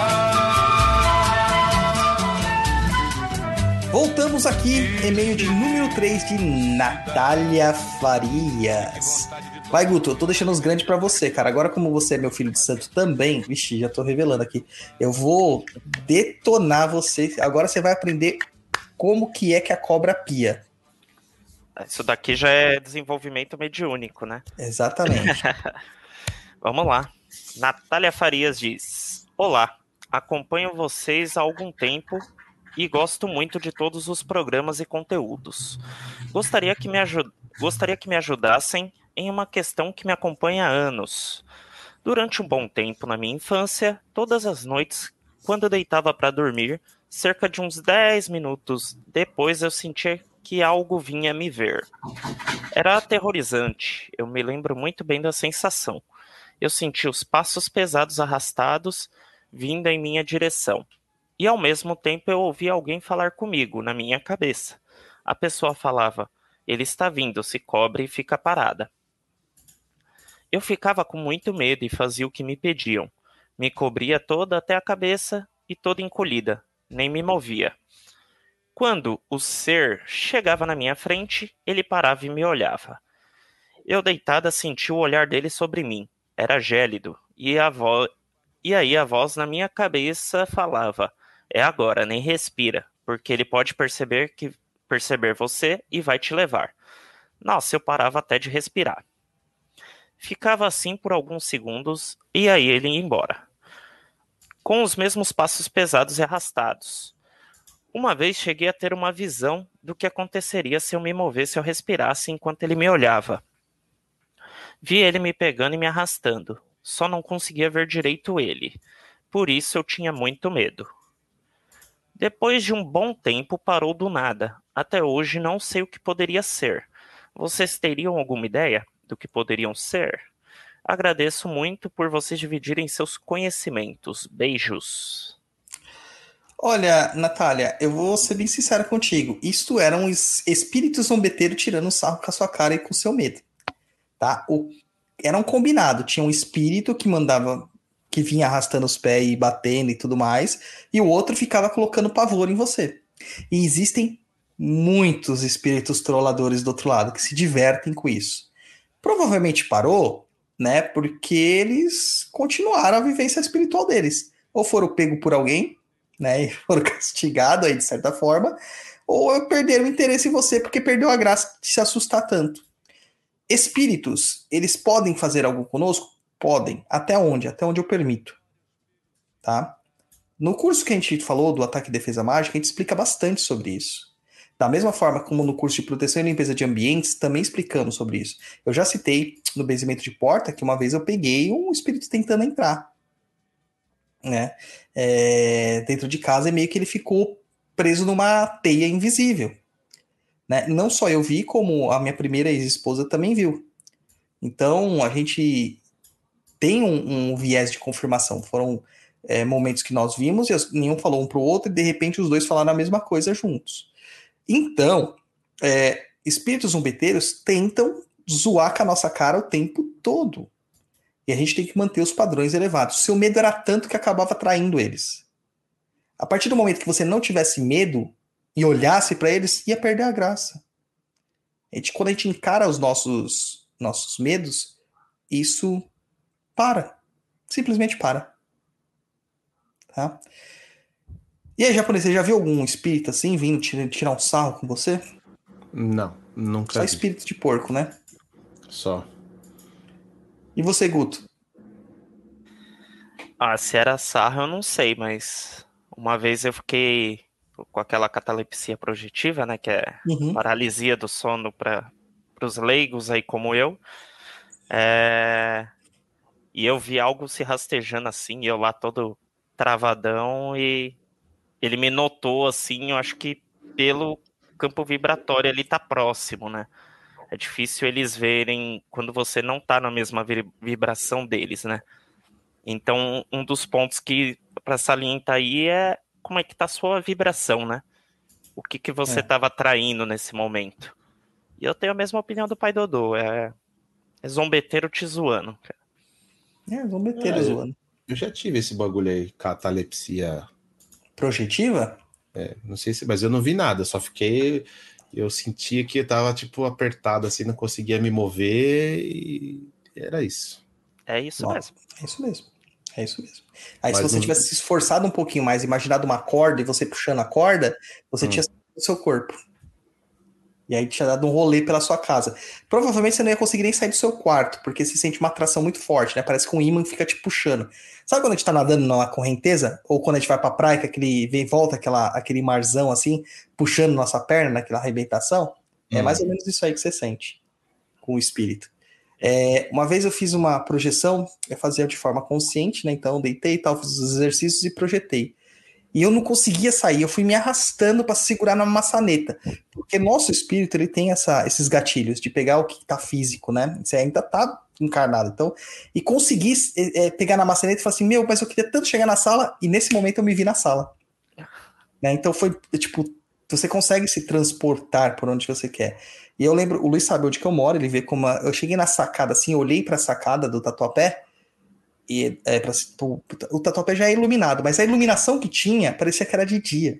faz? Voltamos aqui, e-mail de número três de Natália Farias. Vai, Guto, eu tô deixando os grandes pra você, cara. Agora, como você é meu filho de santo também, vixi, já tô revelando aqui. Eu vou detonar você. Agora você vai aprender como que é que a cobra pia. Isso daqui já é desenvolvimento mediúnico, né? Exatamente. Vamos lá. Natália Farias diz: Olá, acompanho vocês há algum tempo e gosto muito de todos os programas e conteúdos. Gostaria que me, aju- Gostaria que me ajudassem em uma questão que me acompanha há anos. Durante um bom tempo na minha infância, todas as noites, quando eu deitava para dormir, cerca de uns dez minutos depois eu sentia que algo vinha me ver. Era aterrorizante, eu me lembro muito bem da sensação. Eu senti os passos pesados arrastados vindo em minha direção. E ao mesmo tempo eu ouvi alguém falar comigo, na minha cabeça. A pessoa falava: ele está vindo, se cobre e fica parada. Eu ficava com muito medo e fazia o que me pediam. Me cobria toda até a cabeça e toda encolhida, nem me movia. Quando o ser chegava na minha frente, ele parava e me olhava. Eu deitada senti o olhar dele sobre mim. Era gélido, e, a vo... e aí a voz na minha cabeça falava: é agora, nem respira, porque ele pode perceber que perceber você e vai te levar. Nossa, eu parava até de respirar. Ficava assim por alguns segundos, e aí ele ia embora, com os mesmos passos pesados e arrastados. Uma vez cheguei a ter uma visão do que aconteceria se eu me movesse ou respirasse enquanto ele me olhava. Vi ele me pegando e me arrastando, só não conseguia ver direito ele, por isso eu tinha muito medo. Depois de um bom tempo parou do nada, até hoje não sei o que poderia ser. Vocês teriam alguma ideia do que poderiam ser? Agradeço muito por vocês dividirem seus conhecimentos. Beijos. Olha, Natália, eu vou ser bem sincero contigo. Isto eram os espíritos zombeteiros tirando sarro com a sua cara e com o seu medo. Tá? O... Era um combinado. Tinha um espírito que mandava, que vinha arrastando os pés e batendo e tudo mais, e o outro ficava colocando pavor em você. E existem muitos espíritos trolladores do outro lado que se divertem com isso. Provavelmente parou, né? Porque eles continuaram a vivência espiritual deles. Ou foram pegos por alguém, né? E foram castigados aí de certa forma, ou perderam o interesse em você porque perdeu a graça de se assustar tanto. Espíritos, eles podem fazer algo conosco? Podem. Até onde? Até onde eu permito. Tá? No curso que a gente falou do Ataque e Defesa Mágica, a gente explica bastante sobre isso. Da mesma forma como no curso de Proteção e Limpeza de Ambientes, também explicamos sobre isso. Eu já citei no Benzimento de Porta que uma vez eu peguei um espírito tentando entrar, né? É, dentro de casa, e meio que ele ficou preso numa teia invisível. Né? Não só eu vi, como a minha primeira ex-esposa também viu. Então, a gente tem um, um viés de confirmação. Foram é, momentos que nós vimos e nenhum falou um para o outro e, de repente, os dois falaram a mesma coisa juntos. Então, é, espíritos zombeteiros tentam zoar com a nossa cara o tempo todo. E a gente tem que manter os padrões elevados. Seu medo era tanto que acabava traindo eles. A partir do momento que você não tivesse medo e olhasse para eles, ia perder a graça. A gente, quando a gente encara os nossos, nossos medos, isso para. Simplesmente para. Tá? E aí, japonês, você já viu algum espírito assim, vindo tirar um sarro com você? Não, nunca Só vi. espírito de porco, né? Só. E você, Guto? Ah, se era sarro eu não sei, mas uma vez eu fiquei com aquela catalepsia projetiva, né, que é Uhum. paralisia do sono para os leigos aí como eu, é... e eu vi algo se rastejando assim, e eu lá todo travadão, e ele me notou assim, eu acho que pelo campo vibratório ele tá próximo, né, é difícil eles verem quando você não tá na mesma vibração deles, né, então um dos pontos que para salientar aí é como é que tá a sua vibração, né? O que que você estava é. atraindo nesse momento. E eu tenho a mesma opinião do pai Dodô, é, é zombeteiro te zoando. É, zombeteiro é, zoando. Eu, eu já tive esse bagulho aí, catalepsia... Projetiva? É, não sei se... Mas eu não vi nada, só fiquei... Eu sentia que eu tava, tipo, apertado, assim, não conseguia me mover e era isso. É isso Ó, mesmo. É isso mesmo. É isso mesmo. Aí Mas se você não- tivesse se esforçado um pouquinho mais, imaginado uma corda e você puxando a corda, você Hum. tinha saído do seu corpo. E aí tinha dado um rolê pela sua casa. Provavelmente você não ia conseguir nem sair do seu quarto, porque você sente uma atração muito forte, né? Parece que um ímã fica te puxando. Sabe quando a gente tá nadando na correnteza? Ou quando a gente vai pra praia, que aquele vem e volta, aquela, aquele marzão assim, puxando nossa perna, naquela arrebentação? É Hum. mais ou menos isso aí que você sente com o espírito. É, uma vez eu fiz uma projeção, eu fazia de forma consciente, né? Então eu deitei e tal, fiz os exercícios e projetei. E eu não conseguia sair, eu fui me arrastando para segurar na maçaneta. Porque nosso espírito, ele tem essa, esses gatilhos de pegar o que tá físico, né? Você ainda tá encarnado. Então, e consegui é, pegar na maçaneta e falar assim, meu, mas eu queria tanto chegar na sala, e nesse momento eu me vi na sala. Né? Então foi, tipo, você consegue se transportar por onde você quer. E eu lembro, o Luiz sabe onde que eu moro, ele vê como a, eu cheguei na sacada assim, eu olhei pra sacada do Tatuapé, e é, pra, o, o Tatuapé já é iluminado, mas a iluminação que tinha parecia que era de dia.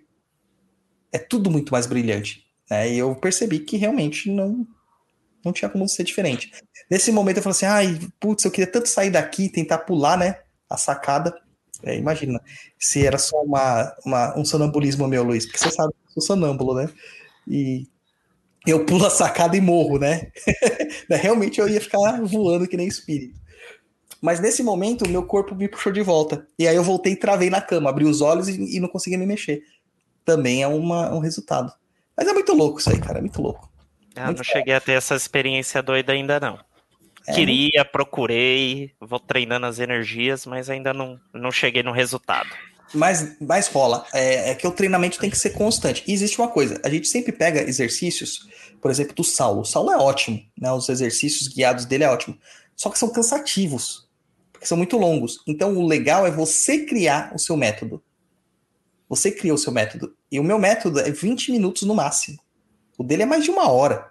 É tudo muito mais brilhante. Né? E eu percebi que realmente não, não tinha como ser diferente. Nesse momento eu falei assim, ai, putz, eu queria tanto sair daqui, tentar pular, né, a sacada. É, imagina, se era só uma, uma, um sonambulismo meu, Luiz, porque você sabe que eu sou sonâmbulo, né? E eu pulo a sacada e morro, né? Realmente eu ia ficar voando que nem espírito. Mas nesse momento, o meu corpo me puxou de volta. E aí eu voltei e travei na cama, abri os olhos e, e não conseguia me mexer. Também é uma, um resultado. Mas é muito louco isso aí, cara, é muito louco. Ah, Muito não cheguei a ter essa experiência doida ainda, não. É, Queria, procurei, vou treinando as energias, mas ainda não, não cheguei no resultado. Mas, mas rola. É, é que o treinamento tem que ser constante. E existe uma coisa: a gente sempre pega exercícios, por exemplo, do Saulo. O Saulo é ótimo, né? Os exercícios guiados dele é ótimo. Só que são cansativos, porque são muito longos. Então, o legal é você criar o seu método. Você cria o seu método. E o meu método é vinte minutos no máximo. O dele é mais de uma hora.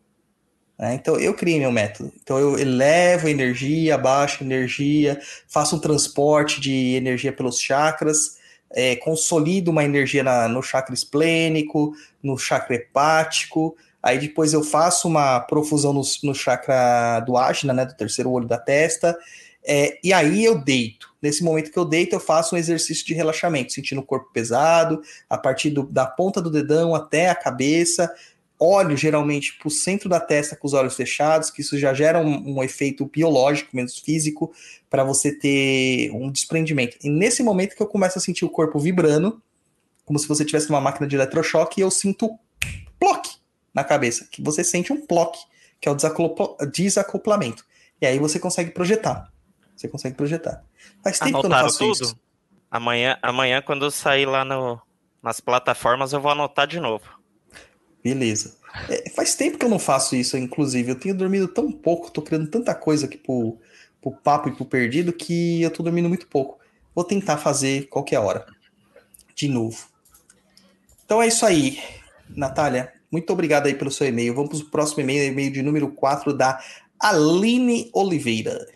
Né? Então, eu criei meu método. Então, eu elevo energia, abaixo energia, faço um transporte de energia pelos chakras, é, consolido uma energia na, no chakra esplênico, no chakra hepático. Aí, depois, eu faço uma profusão no, no chakra do Ajna, né, do terceiro olho da testa. É, e aí, eu deito. Nesse momento que eu deito, eu faço um exercício de relaxamento, sentindo o corpo pesado, a partir do, da ponta do dedão até a cabeça. Olho geralmente para o centro da testa com os olhos fechados, que isso já gera um, um efeito biológico, menos físico, para você ter um desprendimento. E nesse momento que eu começo a sentir o corpo vibrando, como se você estivesse numa máquina de eletrochoque, e eu sinto ploc na cabeça, que você sente um ploc, que é o desacopla- desacoplamento. E aí você consegue projetar. Você consegue projetar. Faz tempo que eu não Anotaram faço tudo? isso. Amanhã, amanhã, quando eu sair lá no, nas plataformas, eu vou anotar de novo. Beleza. É, faz tempo que eu não faço isso, inclusive. Eu tenho dormido tão pouco, tô criando tanta coisa aqui pro, pro papo e pro perdido que eu tô dormindo muito pouco. Vou tentar fazer qualquer hora. De novo. Então é isso aí, Natália. Muito obrigado aí pelo seu e-mail. Vamos pro próximo e-mail, e-mail de número quatro da Aline Oliveira.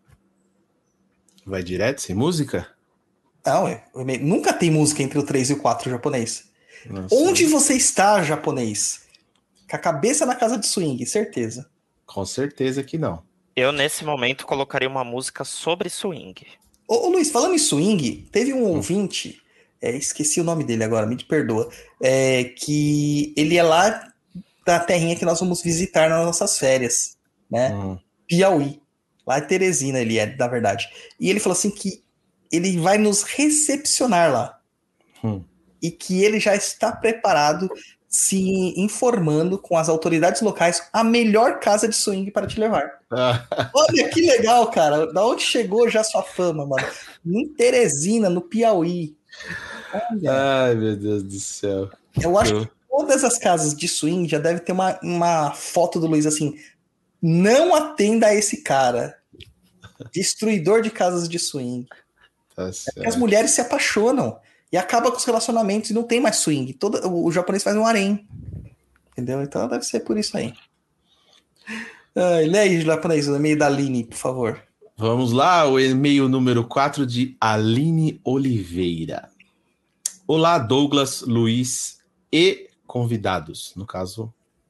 Vai direto, sem música? Não, é, o e-mail- nunca tem música entre o três e o quatro japonês. Nossa. Onde você está, japonês? Com a cabeça na casa de swing, certeza. Com certeza que não. Eu, nesse momento, colocaria uma música sobre swing. Ô, ô Luiz, falando em swing, teve um ouvinte, é, esqueci o nome dele agora, me perdoa, é, que ele é lá da terrinha que nós vamos visitar nas nossas férias, né? Hum. Piauí. Lá em Teresina ele é, na verdade. E ele falou assim que ele vai nos recepcionar lá. Hum. E que ele já está preparado, se informando com as autoridades locais a melhor casa de swing para te levar. Olha que legal, cara. Da onde chegou já sua fama, mano? Em Teresina, no Piauí. Olha, Ai, meu Deus do céu. eu acho que todas as casas de swing já deve ter uma, uma foto do Luiz assim. Não atenda a esse cara. Destruidor de casas de swing. Tá certo. Porque as mulheres se apaixonam e acaba com os relacionamentos e não tem mais swing. Todo, o, o japonês faz um harém. Entendeu? Então deve ser por isso aí. Ah, lê aí, japonês, o e-mail da Aline, por favor. Vamos lá, o e-mail número quatro de Aline Oliveira. Olá, Douglas, Luiz e convidados. No caso,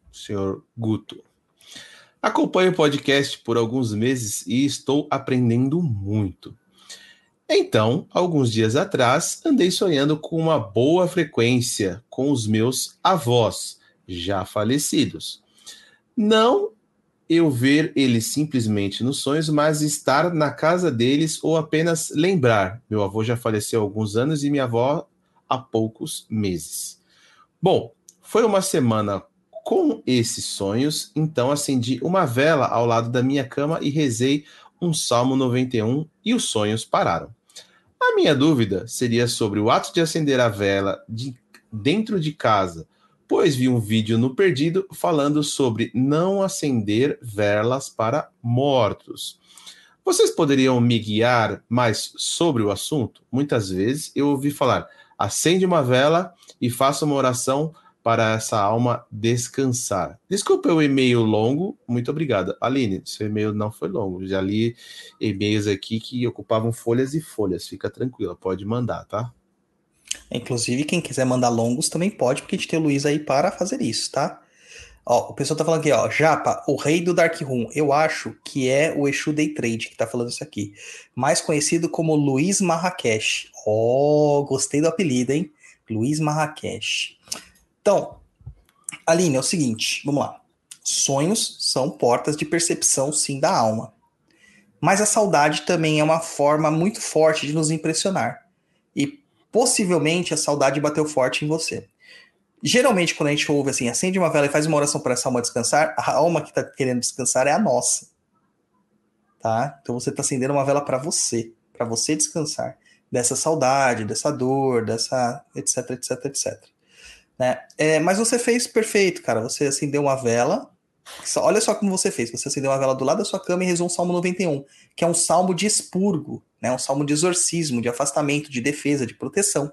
senhor Guto. Acompanho o podcast por alguns meses e estou aprendendo muito. Então, alguns dias atrás, andei sonhando com uma boa frequência com os meus avós, já falecidos. Não eu ver eles simplesmente nos sonhos, mas estar na casa deles ou apenas lembrar. Meu avô já faleceu há alguns anos e minha avó há poucos meses. Bom, foi uma semana com esses sonhos, então acendi uma vela ao lado da minha cama e rezei um Salmo noventa e um e os sonhos pararam. A minha dúvida seria sobre o ato de acender a vela de dentro de casa, pois vi um vídeo no Perdido falando sobre não acender velas para mortos. Vocês poderiam me guiar mais sobre o assunto? Muitas vezes eu ouvi falar, acende uma vela e faça uma oração para essa alma descansar. Desculpa o e-mail longo, muito obrigado. Aline, seu e-mail não foi longo, já li e-mails aqui que ocupavam folhas e folhas, fica tranquila, pode mandar, tá? Inclusive, quem quiser mandar longos também pode, porque a gente tem o Luiz aí para fazer isso, tá? Ó, o pessoal tá falando aqui, ó, Japa, o rei do Dark Room, eu acho que é o Exu Day Trade que tá falando isso aqui, mais conhecido como Luiz Marrakech. Ó, oh, gostei do apelido, hein? Luiz Marrakech. Então, Aline, é o seguinte, vamos lá. Sonhos são portas de percepção, sim, da alma. Mas a saudade também é uma forma muito forte de nos impressionar. E possivelmente a saudade bateu forte em você. Geralmente, quando a gente ouve assim, acende uma vela e faz uma oração para essa alma descansar, a alma que está querendo descansar é a nossa. Tá? Então você está acendendo uma vela para você, para você descansar. Dessa saudade, dessa dor, dessa etc, etc, etcétera. Né? É, mas você fez perfeito, cara. Você acendeu uma vela. Olha só como você fez. Você acendeu uma vela do lado da sua cama e rezou um Salmo noventa e um, que é um salmo de expurgo, né? Um salmo de exorcismo, de afastamento, de defesa, de proteção.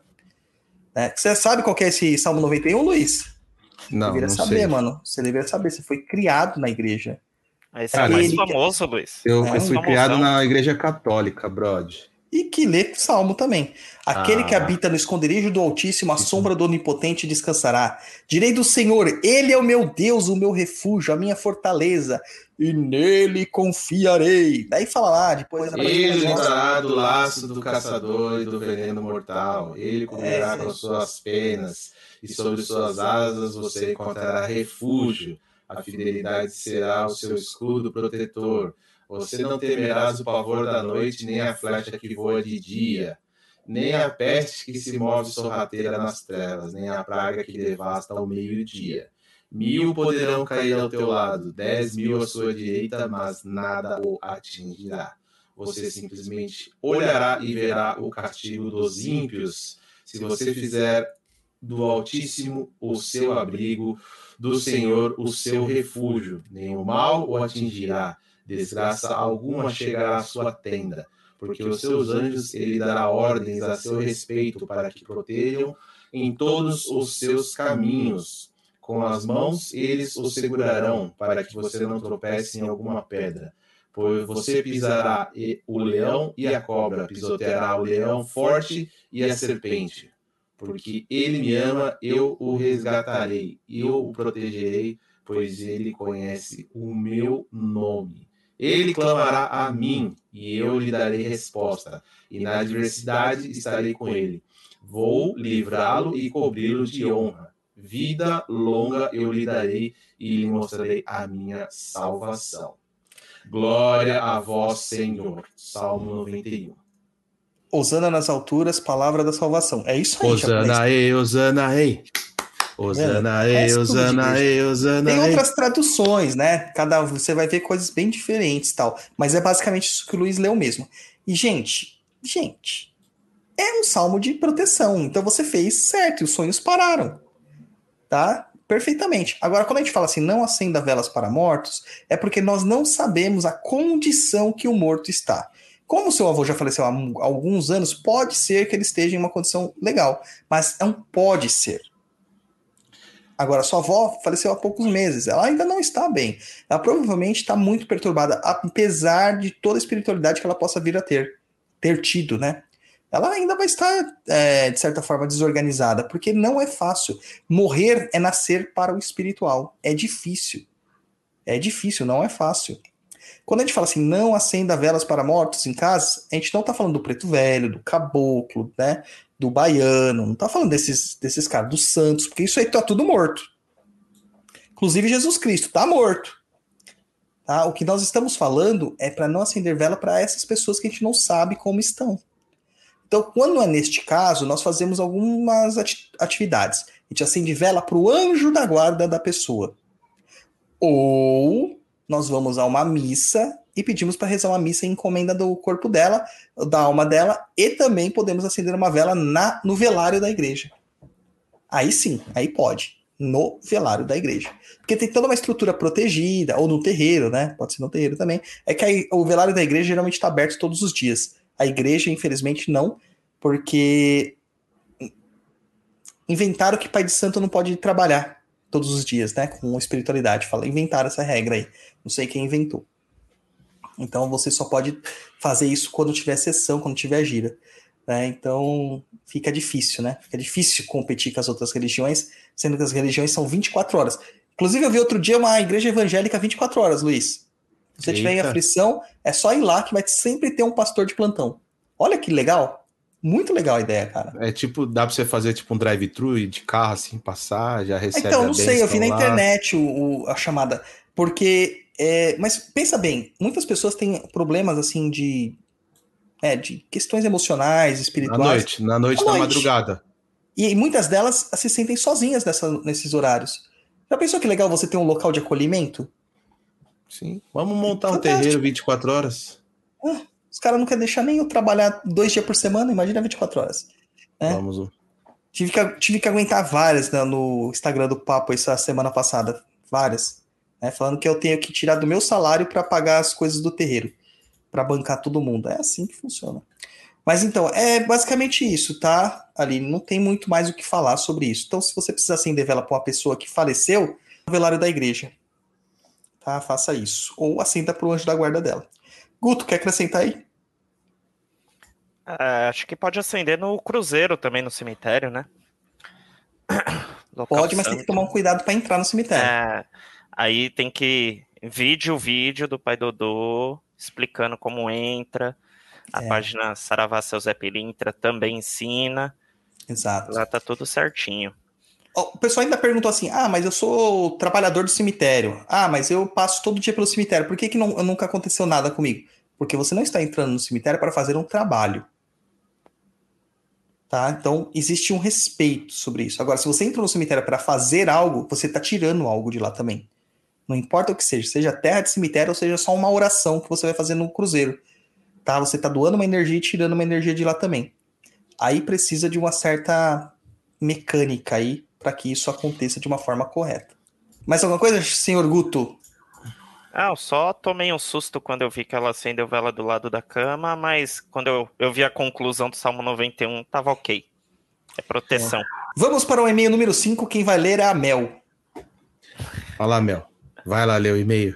Né? Você sabe qual que é esse Salmo noventa e um, Luiz? Não, deveria não saber, sei. mano. Você deveria saber. Você foi criado na igreja. Esse é o mais Ele- famoso, Luiz. Eu, É, eu fui famosão. criado na igreja católica, brother. E que lê Salmo também. Aquele Ah. que habita no esconderijo do Altíssimo, a sombra do Onipotente descansará. Direi do Senhor, Ele é o meu Deus, o meu refúgio, a minha fortaleza, e nele confiarei. Daí fala lá, depois... Ele livrará do laço do caçador e do veneno mortal. Ele cobrirá É. com suas penas, e sobre suas asas você encontrará refúgio. A fidelidade será o seu escudo protetor. Você não temerás o pavor da noite, nem a flecha que voa de dia, nem a peste que se move sorrateira nas trevas, nem a praga que devasta ao meio-dia. Mil poderão cair ao teu lado, dez mil à sua direita, mas nada o atingirá. Você simplesmente olhará e verá o castigo dos ímpios. Se você fizer do Altíssimo o seu abrigo, do Senhor o seu refúgio, nenhum mal o atingirá. Desgraça alguma chegará à sua tenda, porque os seus anjos ele dará ordens a seu respeito para que protejam em todos os seus caminhos. Com as mãos eles o segurarão, para que você não tropece em alguma pedra. Pois você pisará o leão e a cobra, pisoteará o leão forte e a serpente. Porque ele me ama, eu o resgatarei, eu o protegerei, pois ele conhece o meu nome. Ele clamará a mim, e eu lhe darei resposta, e na adversidade estarei com ele. Vou livrá-lo e cobri-lo de honra. Vida longa eu lhe darei, e lhe mostrarei a minha salvação. Glória a vós, Senhor. Salmo noventa e um. Hosana nas alturas, palavra da salvação. É isso aí, japonês. Osana ei, Osana ei. Osana ei, Conhece tudo de Osana igreja. ei, Osana Tem ei. outras traduções, né? Cada você vai ver coisas bem diferentes e tal. Mas é basicamente isso que o Luiz leu mesmo. E, gente, gente, é um salmo de proteção. Então você fez certo e os sonhos pararam. Tá? Perfeitamente. Agora, quando a gente fala assim, não acenda velas para mortos, é porque nós não sabemos a condição que o morto está. Como o seu avô já faleceu há alguns anos, pode ser que ele esteja em uma condição legal. Mas não pode ser. Agora, sua avó faleceu há poucos meses. Ela ainda não está bem. Ela provavelmente está muito perturbada, apesar de toda a espiritualidade que ela possa vir a ter. Ter tido, né? ela ainda vai estar, é, de certa forma, desorganizada, porque não é fácil. Morrer é nascer para o espiritual. É difícil. É difícil, não é fácil. Quando a gente fala assim, não acenda velas para mortos em casa, a gente não tá falando do preto velho, do caboclo, né? Do baiano, não tá falando desses, desses caras, dos santos, porque isso aí tá tudo morto. Inclusive Jesus Cristo tá morto. Tá? O que nós estamos falando é para não acender vela para essas pessoas que a gente não sabe como estão. Então, quando é neste caso, nós fazemos algumas ati- atividades. A gente acende vela para o anjo da guarda da pessoa. Ou nós vamos a uma missa e pedimos para rezar uma missa em encomenda do corpo dela, da alma dela, e também podemos acender uma vela na, no velário da igreja. Aí sim, aí pode. No velário da igreja. Porque tem toda uma estrutura protegida, ou no terreiro, né? Pode ser no terreiro também. É que aí, o velário da igreja geralmente está aberto todos os dias. A igreja, infelizmente, não, porque inventaram que pai de santo não pode trabalhar todos os dias, né? Com espiritualidade. Fala, inventaram essa regra aí. Não sei quem inventou. Então você só pode fazer isso quando tiver sessão, quando tiver gira. Né? Então fica difícil, né? Fica difícil competir com as outras religiões, sendo que as religiões são vinte e quatro horas. Inclusive eu vi outro dia uma igreja evangélica vinte e quatro horas, Luiz. Se você tiver em aflição, é só ir lá que vai sempre ter um pastor de plantão. Olha que legal. Muito legal a ideia, cara. É tipo, dá pra você fazer tipo um drive-thru de carro assim, passar, já recebe então, a não sei, eu vi na lá. internet o, o, a chamada. Porque, é, mas pensa bem, muitas pessoas têm problemas assim de, é, de questões emocionais, espirituais. Na noite, na noite, na noite. madrugada. E muitas delas se sentem sozinhas nessa, nesses horários. Já pensou que legal você ter um local de acolhimento? Sim. Vamos montar Fantástico. um terreiro vinte e quatro horas. Ah, os caras não querem deixar nem eu trabalhar dois dias por semana, imagina vinte e quatro horas. Né? Vamos. Tive que, tive que aguentar várias, né, no Instagram do Papo essa semana passada. Várias. Né, falando que eu tenho que tirar do meu salário para pagar as coisas do terreiro. Para bancar todo mundo. É assim que funciona. Mas então, é basicamente isso, tá? Ali não tem muito mais o que falar sobre isso. Então, se você precisar acender vela para uma pessoa que faleceu, no velário da igreja. Tá? Faça isso. Ou acenda para o anjo da guarda dela. Guto, quer acrescentar aí? É, acho que pode acender no cruzeiro também, no cemitério, né? Local pode, mas santo. Tem que tomar um cuidado para entrar no cemitério. É, aí tem que... Vídeo, vídeo do Pai Dodô explicando como entra. A é. página Saravá Seu Zé Pilintra também ensina. Exato. Lá tá tudo certinho. O pessoal ainda perguntou assim, ah, mas eu sou trabalhador do cemitério. Ah, mas eu passo todo dia pelo cemitério. Por que, que não, nunca aconteceu nada comigo? Porque você não está entrando no cemitério para fazer um trabalho. Tá? Então, existe um respeito sobre isso. Agora, se você entra no cemitério para fazer algo, você está tirando algo de lá também. Não importa o que seja, seja terra de cemitério ou seja só uma oração que você vai fazer no cruzeiro. Tá? Você está doando uma energia e tirando uma energia de lá também. Aí precisa de uma certa mecânica aí para que isso aconteça de uma forma correta. Mais alguma coisa, senhor Guto? Ah, eu só tomei um susto quando eu vi que ela acendeu vela do lado da cama, mas quando eu, eu vi a conclusão do Salmo noventa e um, tava ok. É proteção. É. Vamos para o e-mail número cinco, quem vai ler é a Mel. Fala, Mel. Vai lá ler o e-mail.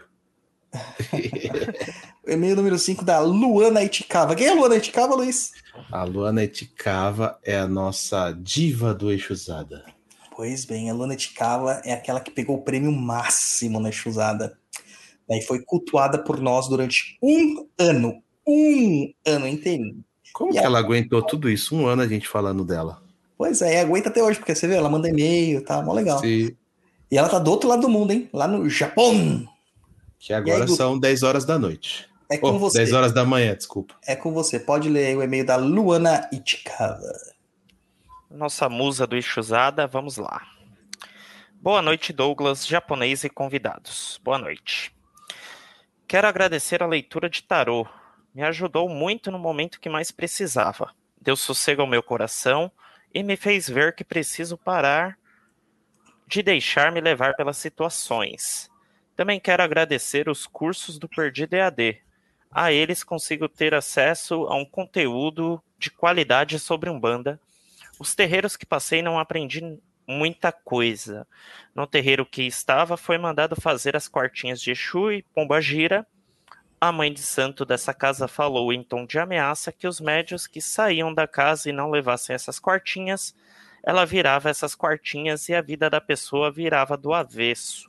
O e-mail número cinco da Luana Iticava. Quem é a Luana Iticava, Luiz? A Luana Iticava é a nossa diva do Exusada. Pois bem, a Luana Iticava é aquela que pegou o prêmio máximo na Exusada. E foi cultuada por nós durante um ano. Um ano inteirinho. Como e que ela... ela aguentou tudo isso? Um ano a gente falando dela. Pois é, e aguenta até hoje, porque você vê, ela manda e-mail, tá? Mó legal. Sim. E ela tá do outro lado do mundo, hein? Lá no Japão. Que agora aí, são dez horas da noite. É com oh, você. dez horas da manhã, desculpa. É com você. Pode ler o e-mail da Luana Iticava. Nossa musa do Exusada, vamos lá. Boa noite, Douglas, japonês e convidados. Boa noite. Quero agradecer a leitura de tarô. Me ajudou muito no momento que mais precisava. Deu sossego ao meu coração e me fez ver que preciso parar de deixar-me levar pelas situações. Também quero agradecer os cursos do Perdido E A D. A eles consigo ter acesso a um conteúdo de qualidade sobre Umbanda. Os terreiros que passei não aprendi muita coisa. No terreiro que estava, foi mandado fazer as quartinhas de Exu e Pombagira. A mãe de santo dessa casa falou em tom de ameaça que os médios que saíam da casa e não levassem essas quartinhas, ela virava essas quartinhas e a vida da pessoa virava do avesso.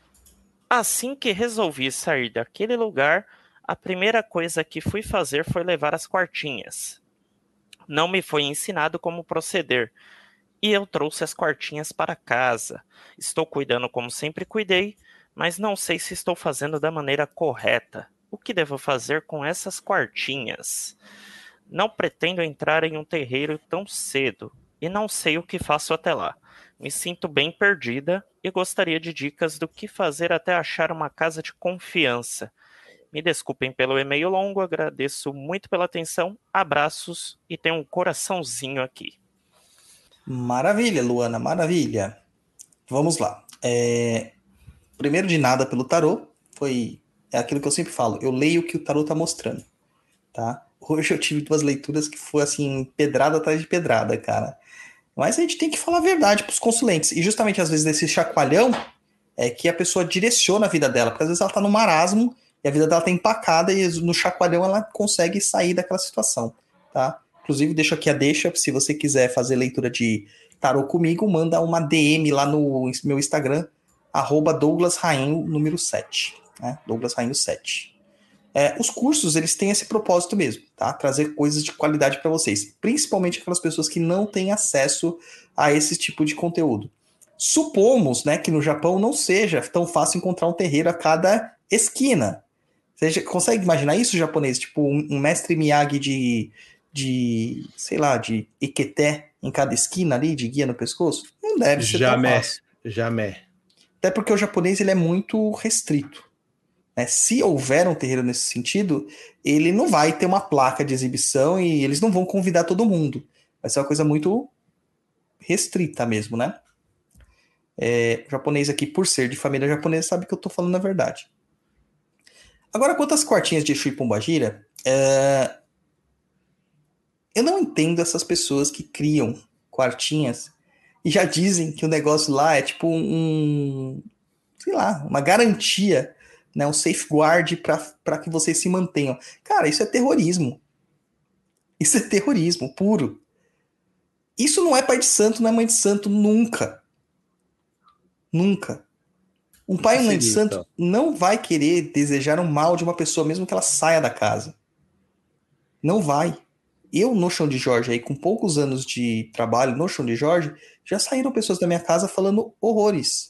Assim que resolvi sair daquele lugar, a primeira coisa que fui fazer foi levar as quartinhas. Não me foi ensinado como proceder, e eu trouxe as quartinhas para casa. Estou cuidando como sempre cuidei, mas não sei se estou fazendo da maneira correta. O que devo fazer com essas quartinhas? Não pretendo entrar em um terreiro tão cedo, e não sei o que faço até lá. Me sinto bem perdida e gostaria de dicas do que fazer até achar uma casa de confiança. Me desculpem pelo e-mail longo, agradeço muito pela atenção, abraços e tem um coraçãozinho aqui. Maravilha, Luana, maravilha. Vamos lá. É... Primeiro de nada pelo tarô, foi é aquilo que eu sempre falo, eu leio o que o tarô tá mostrando, tá? Hoje eu tive duas leituras que foi assim, pedrada atrás de pedrada, cara. Mas a gente tem que falar a verdade pros consulentes. E justamente às vezes nesse chacoalhão é que a pessoa direciona a vida dela, porque às vezes ela tá no marasmo e a vida dela tá empacada e no chacoalhão ela consegue sair daquela situação, tá? Inclusive, deixo aqui a deixa, se você quiser fazer leitura de tarô comigo, manda uma D M lá no meu Instagram, arroba Douglas Rainho, número sete, né? Douglas Rainho sete. É, os cursos, eles têm esse propósito mesmo, tá? Trazer coisas de qualidade para vocês, principalmente aquelas pessoas que não têm acesso a esse tipo de conteúdo. Supomos, né, que no Japão não seja tão fácil encontrar um terreiro a cada esquina. Você consegue imaginar isso, japonês? Tipo, um, um mestre Miyagi de, de, sei lá, de Iketé em cada esquina ali, de guia no pescoço? Não deve ser tão fácil. Jamais. Até porque o japonês ele é muito restrito. Né? Se houver um terreiro nesse sentido, ele não vai ter uma placa de exibição e eles não vão convidar todo mundo. Vai ser uma coisa muito restrita mesmo, né? É, o japonês aqui, por ser de família japonesa, sabe que eu tô falando a verdade. Agora, quanto às quartinhas de Exu e Pombagira, é... eu não entendo essas pessoas que criam quartinhas e já dizem que o negócio lá é tipo um, sei lá, uma garantia, né, um safeguard para que vocês se mantenham. Cara, isso é terrorismo. Isso é terrorismo puro. Isso não é pai de santo, não é mãe de santo, nunca. Nunca. Um pai e uma mãe de santo não vai querer desejar o mal de uma pessoa, mesmo que ela saia da casa. Não vai. Eu, no Chão de Jorge, aí, com poucos anos de trabalho no Chão de Jorge, já saíram pessoas da minha casa falando horrores.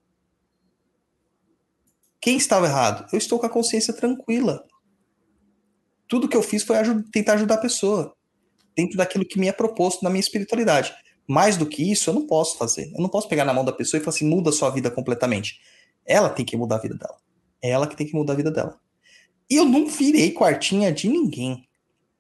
Quem estava errado? Eu estou com a consciência tranquila. Tudo que eu fiz foi ajud- tentar ajudar a pessoa, dentro daquilo que me é proposto na minha espiritualidade. Mais do que isso, eu não posso fazer. Eu não posso pegar na mão da pessoa e falar assim, muda a sua vida completamente. Ela tem que mudar a vida dela. É ela que tem que mudar a vida dela. E eu não virei quartinha de ninguém.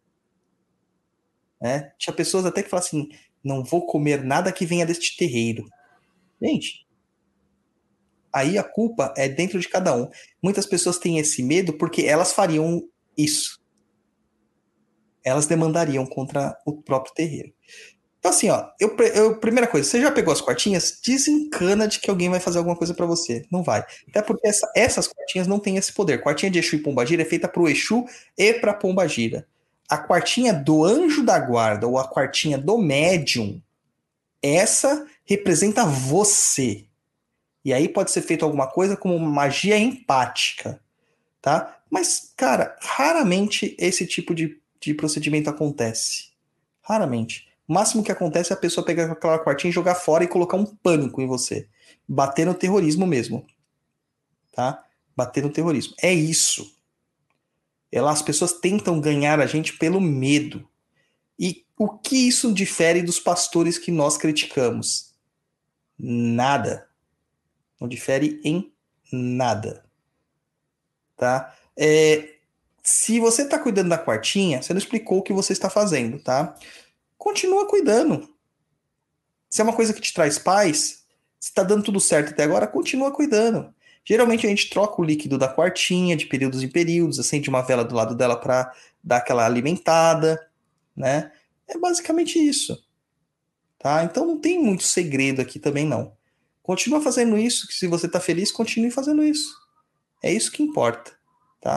É? Tinha pessoas até que falam assim, não vou comer nada que venha deste terreiro. Gente, aí a culpa é dentro de cada um. Muitas pessoas têm esse medo porque elas fariam isso. Elas demandariam contra o próprio terreiro. Então assim, ó, eu, eu, primeira coisa, você já pegou as quartinhas? Desencana de que alguém vai fazer alguma coisa pra você. Não vai. Até porque essa, essas quartinhas não têm esse poder. Quartinha de Exu e Pombagira é feita pro Exu e pra Pombagira. A quartinha do anjo da guarda ou a quartinha do médium, essa representa você. E aí pode ser feito alguma coisa como magia empática, tá? Mas, cara, raramente esse tipo de, de procedimento acontece. Raramente. O máximo que acontece é a pessoa pegar aquela quartinha e jogar fora e colocar um pânico em você. Bater no terrorismo mesmo. Tá? Bater no terrorismo. É isso. Ela, as pessoas tentam ganhar a gente pelo medo. E o que isso difere dos pastores que nós criticamos? Nada. Não difere em nada. Tá? É, se você está cuidando da quartinha, você não explicou o que você está fazendo, tá? Continua cuidando. Se é uma coisa que te traz paz, se está dando tudo certo até agora, continua cuidando. Geralmente a gente troca o líquido da quartinha de períodos em períodos, acende uma vela do lado dela para dar aquela alimentada, né? É basicamente isso. Tá? Então não tem muito segredo aqui também não. Continua fazendo isso, que se você está feliz, continue fazendo isso. É isso que importa, tá?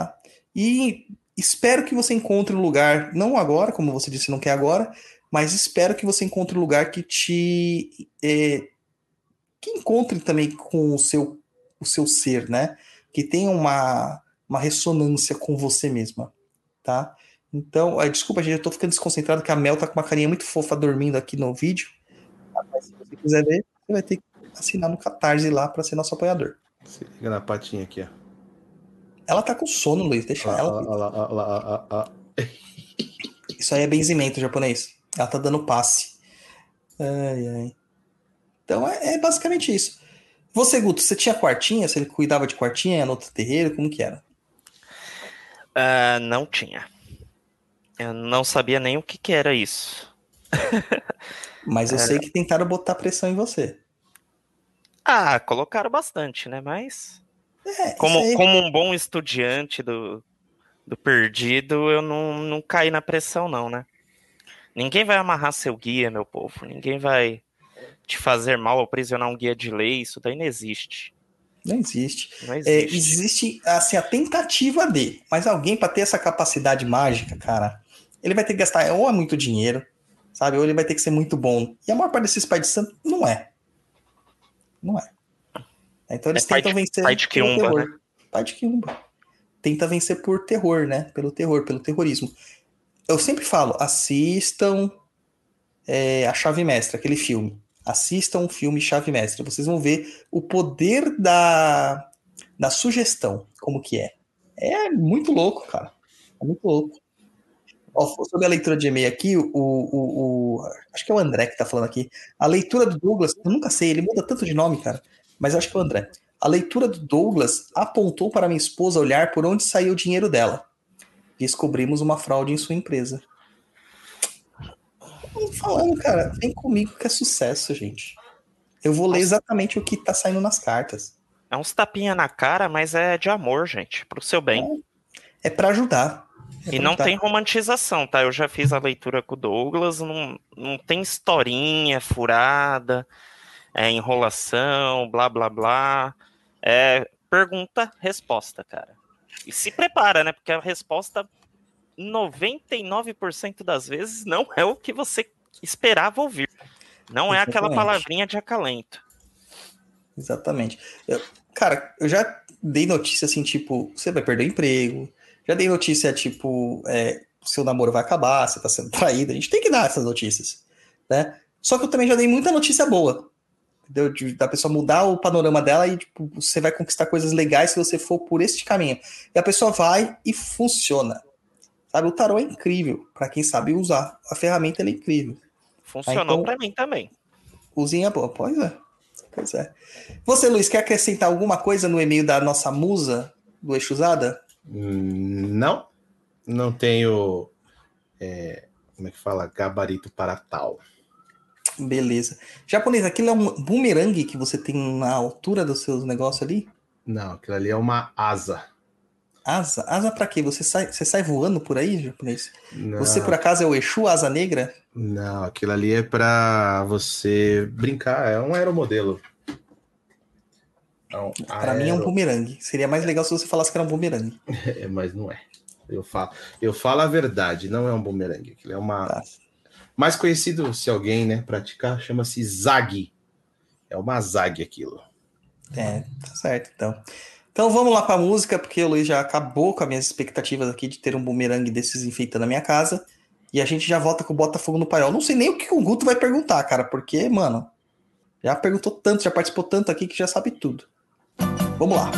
E espero que você encontre um lugar, não agora, como você disse, não quer agora, mas espero que você encontre um lugar que te... É, que encontre também com o seu, o seu ser, né? Que tenha uma, uma ressonância com você mesma, tá? Então, ah, desculpa, gente, eu tô ficando desconcentrado que a Mel tá com uma carinha muito fofa dormindo aqui no vídeo. Mas se você quiser ver, você vai ter que assinar no Catarse lá pra ser nosso apoiador. Se liga na patinha aqui, ó. Ela tá com sono, Luiz, deixa Ah, ela. ah, ah, ah, ah, ah, ah. Isso aí é benzimento japonês. Ela tá dando passe. Ai, ai. Então é, é basicamente isso. Você, Guto, você tinha quartinha? Você cuidava de quartinha no outro terreiro? Como que era? Uh, não tinha. Eu não sabia nem o que, que era isso. Mas eu é... sei que tentaram botar pressão em você. Ah, colocaram bastante, né? Mas é, como, aí... como um bom estudiante do, do perdido, eu não, não caí na pressão, não, né? Ninguém vai amarrar seu guia, meu povo. Ninguém vai te fazer mal ou aprisionar um guia de lei. Isso daí não existe. Não existe. Não existe. É, existe assim, a tentativa de, mas alguém para ter essa capacidade mágica, cara, ele vai ter que gastar ou é muito dinheiro, sabe? Ou ele vai ter que ser muito bom. E a maior parte desses pais de santo não é. Não é. Então eles é tentam pai de, vencer pai de pelo quiumba, terror. né? Pai de quiumba. Tenta vencer por terror, né? Pelo terror, pelo terrorismo. Eu sempre falo, assistam é, A Chave Mestra, aquele filme. Assistam o filme Chave Mestra. Vocês vão ver o poder da, da sugestão, como que é. É muito louco, cara. É muito louco. Ó, sobre a leitura de e-mail aqui, o, o, o, acho que é o André que tá falando aqui. A leitura do Douglas, eu nunca sei, ele muda tanto de nome, cara. Mas acho que é o André. A leitura do Douglas apontou para minha esposa olhar por onde saiu o dinheiro dela. Descobrimos uma fraude em sua empresa. Falando, cara, vem comigo que é sucesso, gente. Eu vou Nossa. ler exatamente o que tá saindo nas cartas. É uns tapinha na cara, mas é de amor, gente, pro seu bem. É, é para ajudar. É e pra não ajudar. Tem romantização, tá? Eu já fiz a leitura com o Douglas, não, não tem historinha furada, é enrolação, blá, blá, blá. É pergunta, resposta, cara. E se prepara, né? Porque a resposta... noventa e nove por cento das vezes não é o que você esperava ouvir. Não é Exatamente. Aquela palavrinha de acalento. Exatamente. Eu, cara, eu já dei notícia assim, tipo, você vai perder o emprego. Já dei notícia, tipo, é, seu namoro vai acabar, você tá sendo traída. A gente tem que dar essas notícias, né? Só que eu também já dei muita notícia boa. Entendeu? De, da pessoa mudar o panorama dela e tipo, você vai conquistar coisas legais se você for por este caminho. E a pessoa vai e funciona. Sabe, o tarô é incrível, para quem sabe usar. A ferramenta é incrível. Funcionou então, para mim também. Usem a boa, pois é. Pois é. Você, Luiz, quer acrescentar alguma coisa no e-mail da nossa musa do Exusada? Não, não tenho, é, como é que fala, gabarito para tal. Beleza. Japonês, aquilo é um bumerangue que você tem na altura dos seus negócios ali? Não, aquilo ali é uma asa. Asa? Asa pra quê? Você sai, você sai voando por aí, japonês? Não. Você, por acaso, é o Exu Asa Negra? Não, aquilo ali é pra você brincar. É um aeromodelo. É um pra aero... mim é um bumerangue. Seria mais legal se você falasse que era um bumerangue. É, mas não é. Eu falo, eu falo a verdade, não é um bumerangue. Aquilo é uma... Tá. Mais conhecido, se alguém né, praticar, chama-se zague. É uma zague aquilo. É, tá certo, então. Então vamos lá para a música, porque o Luiz já acabou com as minhas expectativas aqui de ter um bumerangue desses enfeitando a minha casa. E a gente já volta com o Botafogo no Paiol. Não sei nem o que o Guto vai perguntar, cara, porque, mano, já perguntou tanto, já participou tanto aqui que já sabe tudo. Vamos lá.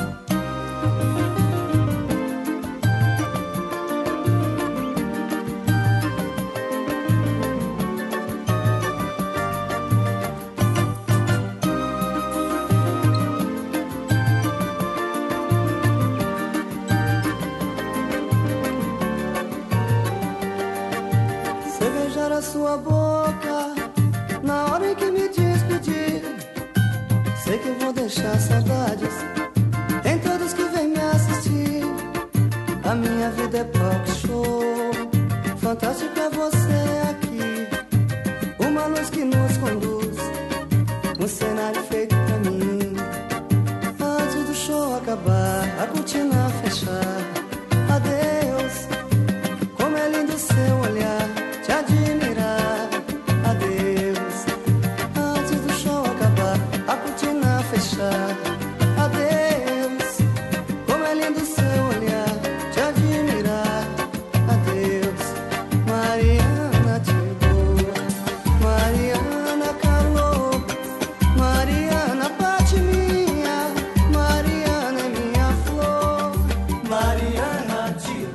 Sua boca na hora em que me despedir, sei que vou deixar saudades em todos que vêm me assistir. A minha vida é talk show, fantástico é você aqui, uma luz que nos conduz, um cenário feito pra mim. Antes do show acabar, a cortina fechar, adeus.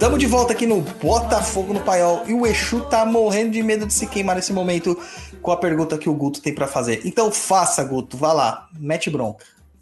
Tamo de volta aqui no Botafogo no Paiol e o Exu tá morrendo de medo de se queimar nesse momento com a pergunta que o Guto tem pra fazer. Então faça, Guto, vá lá, mete bronca.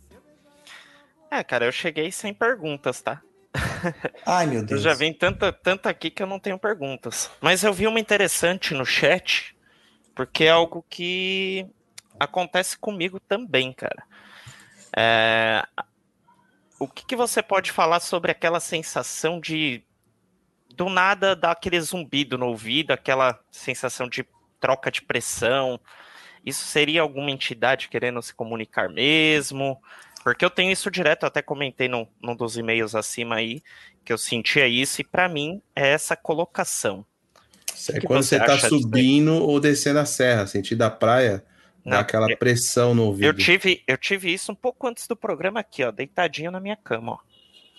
É, cara, eu cheguei sem perguntas, tá? Ai, meu Deus. Eu já vim tanta, tanta aqui que eu não tenho perguntas. Mas eu vi uma interessante no chat, porque é algo que acontece comigo também, cara. É... O que, que você pode falar sobre aquela sensação de, do nada, dar aquele zumbido no ouvido, aquela sensação de troca de pressão? Isso seria alguma entidade querendo se comunicar mesmo? Porque eu tenho isso direto, eu até comentei num, num dos e-mails acima aí, que eu sentia isso, e para mim é essa colocação. É quando você está subindo ou descendo a serra, sentido da praia, Não, dá aquela eu, pressão no ouvido. Eu tive, eu tive isso um pouco antes do programa aqui, ó, deitadinho na minha cama, ó.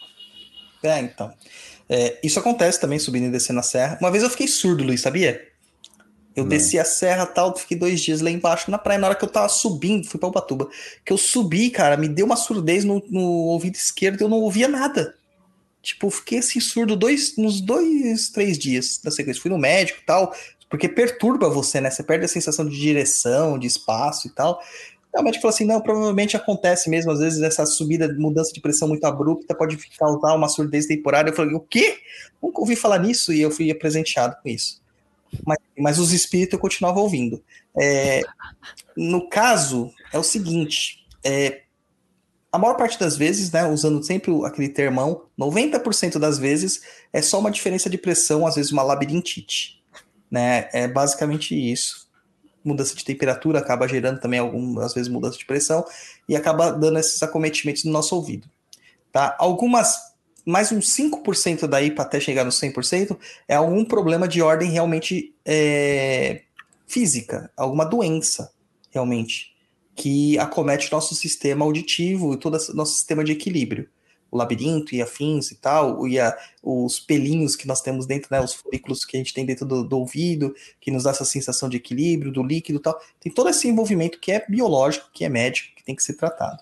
É, então. É, isso acontece também, subindo e descendo a serra. Uma vez eu fiquei surdo, Luiz, sabia? Eu Não. desci a serra e tal, fiquei dois dias lá embaixo na praia. Na hora que eu tava subindo, fui pra Ubatuba, que eu subi, cara, me deu uma surdez no, no ouvido esquerdo e eu não ouvia nada. Tipo, fiquei assim surdo dois, uns dois, três dias da sequência. Fui no médico e tal, porque perturba você, né? Você perde a sensação de direção, de espaço e tal. O médico falou assim, não, provavelmente acontece mesmo, às vezes essa subida, mudança de pressão muito abrupta pode causar uma surdez temporária. Eu falei, o quê? Nunca ouvi falar nisso, e eu fui presenteado com isso. Mas, mas os espíritos eu continuava ouvindo. É, no caso, é o seguinte, é, a maior parte das vezes, né, usando sempre aquele termão, noventa por cento das vezes é só uma diferença de pressão, às vezes uma labirintite. Né? É basicamente isso. Mudança de temperatura acaba gerando também algumas vezes mudança de pressão e acaba dando esses acometimentos no nosso ouvido. Tá? Algumas, mais uns cinco por cento daí para até chegar no cem por cento é algum problema de ordem realmente é, física, alguma doença realmente, que acomete o nosso sistema auditivo e todo o nosso sistema de equilíbrio. O labirinto e afins e tal, e a, os pelinhos que nós temos dentro, né, os folículos que a gente tem dentro do, do ouvido, que nos dá essa sensação de equilíbrio, do líquido e tal. Tem todo esse envolvimento que é biológico, que é médico, que tem que ser tratado.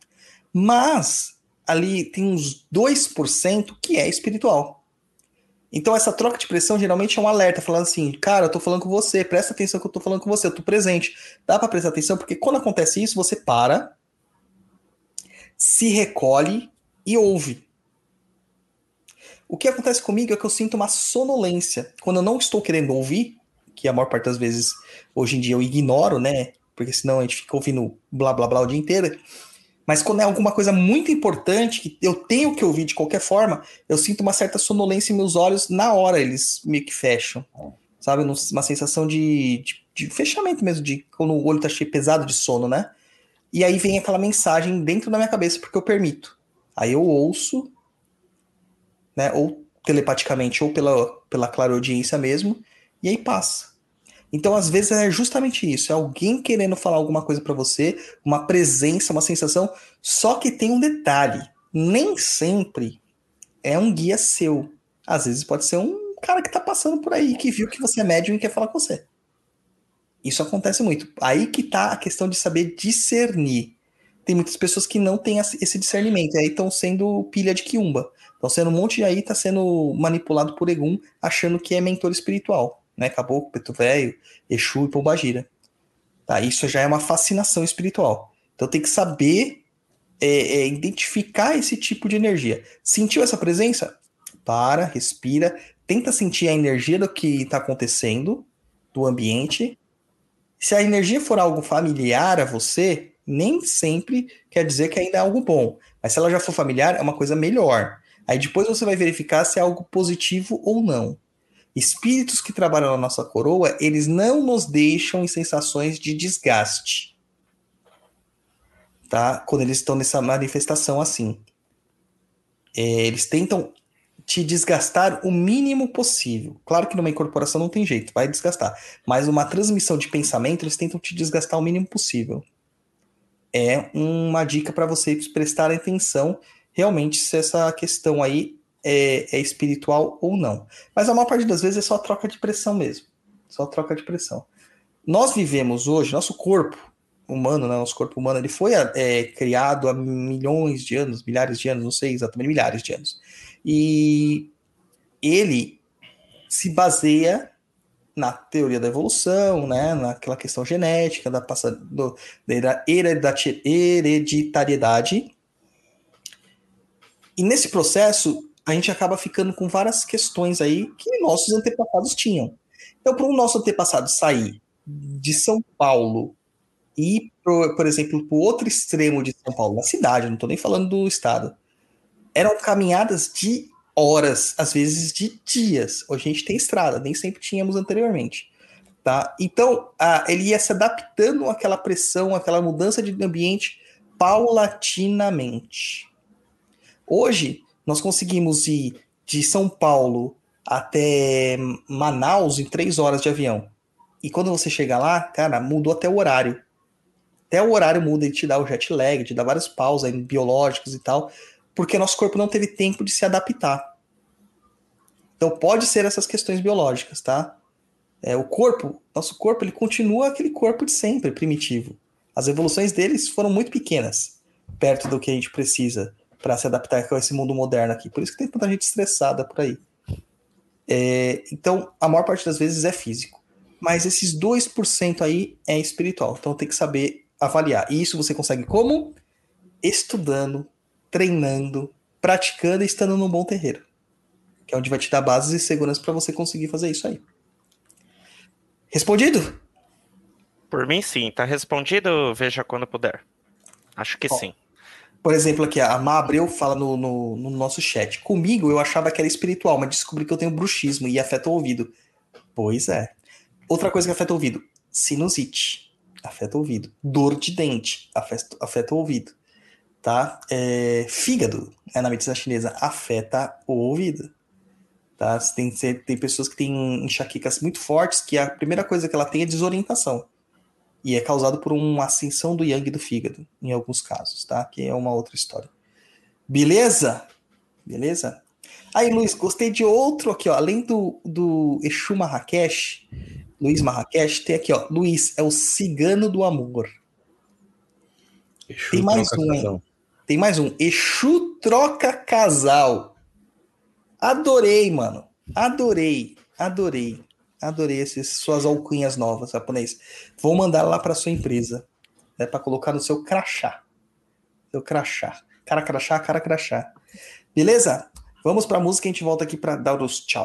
Mas, ali tem uns dois por cento que é espiritual. Então, essa troca de pressão geralmente é um alerta, falando assim, cara, eu tô falando com você, presta atenção que eu tô falando com você, eu tô presente. Dá pra prestar atenção, porque quando acontece isso, você para, se recolhe e ouve. O que acontece comigo é que eu sinto uma sonolência. Quando eu não estou querendo ouvir, que a maior parte das vezes, hoje em dia, eu ignoro, né? Porque senão a gente fica ouvindo blá blá blá o dia inteiro. Mas quando é alguma coisa muito importante, que eu tenho que ouvir de qualquer forma, eu sinto uma certa sonolência em meus olhos, na hora eles meio que fecham. Sabe? Uma sensação de, de, de fechamento mesmo, de quando o olho tá cheio pesado de sono, né? E aí vem aquela mensagem dentro da minha cabeça, porque eu permito. Aí eu ouço, né, ou telepaticamente, ou pela, pela clareaudiência mesmo, e aí passa. Então, às vezes, é justamente isso. É alguém querendo falar alguma coisa pra você, uma presença, uma sensação, só que tem um detalhe. Nem sempre é um guia seu. Às vezes pode ser um cara que tá passando por aí, que viu que você é médium e quer falar com você. Isso acontece muito. Aí que tá a questão de saber discernir. Tem muitas pessoas que não têm esse discernimento, e aí estão sendo pilha de quiumba. Estão sendo um monte de aí, tá sendo manipulado por Egum, achando que é mentor espiritual, né? Caboclo, Preto Velho, Exu e Pombagira. Tá? Isso já é uma fascinação espiritual. Então tem que saber é, é, identificar esse tipo de energia. Sentiu essa presença? Para, respira, tenta sentir a energia do que está acontecendo, do ambiente. Se a energia for algo familiar a você, nem sempre quer dizer que ainda é algo bom. Mas se ela já for familiar, é uma coisa melhor. Aí depois você vai verificar se é algo positivo ou não. Espíritos que trabalham na nossa coroa, eles não nos deixam em sensações de desgaste. Tá? Quando eles estão nessa manifestação assim. É, eles tentam te desgastar o mínimo possível. Claro que numa incorporação não tem jeito, vai desgastar. Mas numa transmissão de pensamento, eles tentam te desgastar o mínimo possível. É uma dica para vocês prestarem atenção realmente se essa questão aí é, é espiritual ou não. Mas a maior parte das vezes é só troca de pressão mesmo. Só troca de pressão. Nós vivemos hoje, nosso corpo humano, né, nosso corpo humano, ele foi é, criado há milhões de anos, milhares de anos, não sei exatamente, milhares de anos. E ele se baseia na teoria da evolução, né, naquela questão genética, da, do, da hereditariedade. E nesse processo, a gente acaba ficando com várias questões aí que nossos antepassados tinham. Então, para o nosso antepassado sair de São Paulo e ir, por, por exemplo, para o outro extremo de São Paulo, na cidade, não estou nem falando do estado, eram caminhadas de horas, às vezes de dias. Hoje a gente tem estrada, nem sempre tínhamos anteriormente. Tá? Então, a, ele ia se adaptando àquela pressão, àquela mudança de ambiente paulatinamente. Hoje, nós conseguimos ir de São Paulo até Manaus em três horas de avião. E quando você chega lá, cara, mudou até o horário. Até o horário muda, ele te dá o jet lag, te dá várias pausas aí, biológicas e tal, porque nosso corpo não teve tempo de se adaptar. Então pode ser essas questões biológicas, tá? É, o corpo, nosso corpo, ele continua aquele corpo de sempre, primitivo. As evoluções deles foram muito pequenas, perto do que a gente precisa para se adaptar com esse mundo moderno aqui. Por isso que tem tanta gente estressada por aí. É, então, a maior parte das vezes é físico. Mas esses dois por cento aí é espiritual. Então tem que saber avaliar. E isso você consegue como? Estudando, treinando, praticando e estando num bom terreiro. Que é onde vai te dar bases e segurança para você conseguir fazer isso aí. Respondido? Por mim, sim. Tá respondido, veja quando puder. Acho que Ó, sim. Por exemplo, aqui, a Má Abreu fala no, no, no nosso chat. Comigo, eu achava que era espiritual, mas descobri que eu tenho bruxismo e afeta o ouvido. Pois é. Outra coisa que afeta o ouvido. Sinusite. Afeta o ouvido. Dor de dente. Afeta, afeta o ouvido. Tá? É, fígado, é, na medicina chinesa, afeta o ouvido. Tá? Tem, tem pessoas que têm enxaquecas muito fortes que a primeira coisa que ela tem é desorientação. E é causado por uma ascensão do yang do fígado, em alguns casos, tá? Que é uma outra história. Beleza? Beleza? Aí, Luiz, gostei de outro aqui, ó. Além do, do Exu Marrakech, Luiz Marrakech, tem aqui, ó. Luiz, é o cigano do amor. Exu Tem mais troca um, hein? casal. Tem mais um. Exu troca casal. Adorei, mano. Adorei. Adorei. Adorei essas suas alcunhas novas, japonês. Vou mandar lá para sua empresa, né, para colocar no seu crachá. Seu crachá. Cara crachá, cara crachá. Beleza? Vamos para a música e a gente volta aqui para dar os tchauz.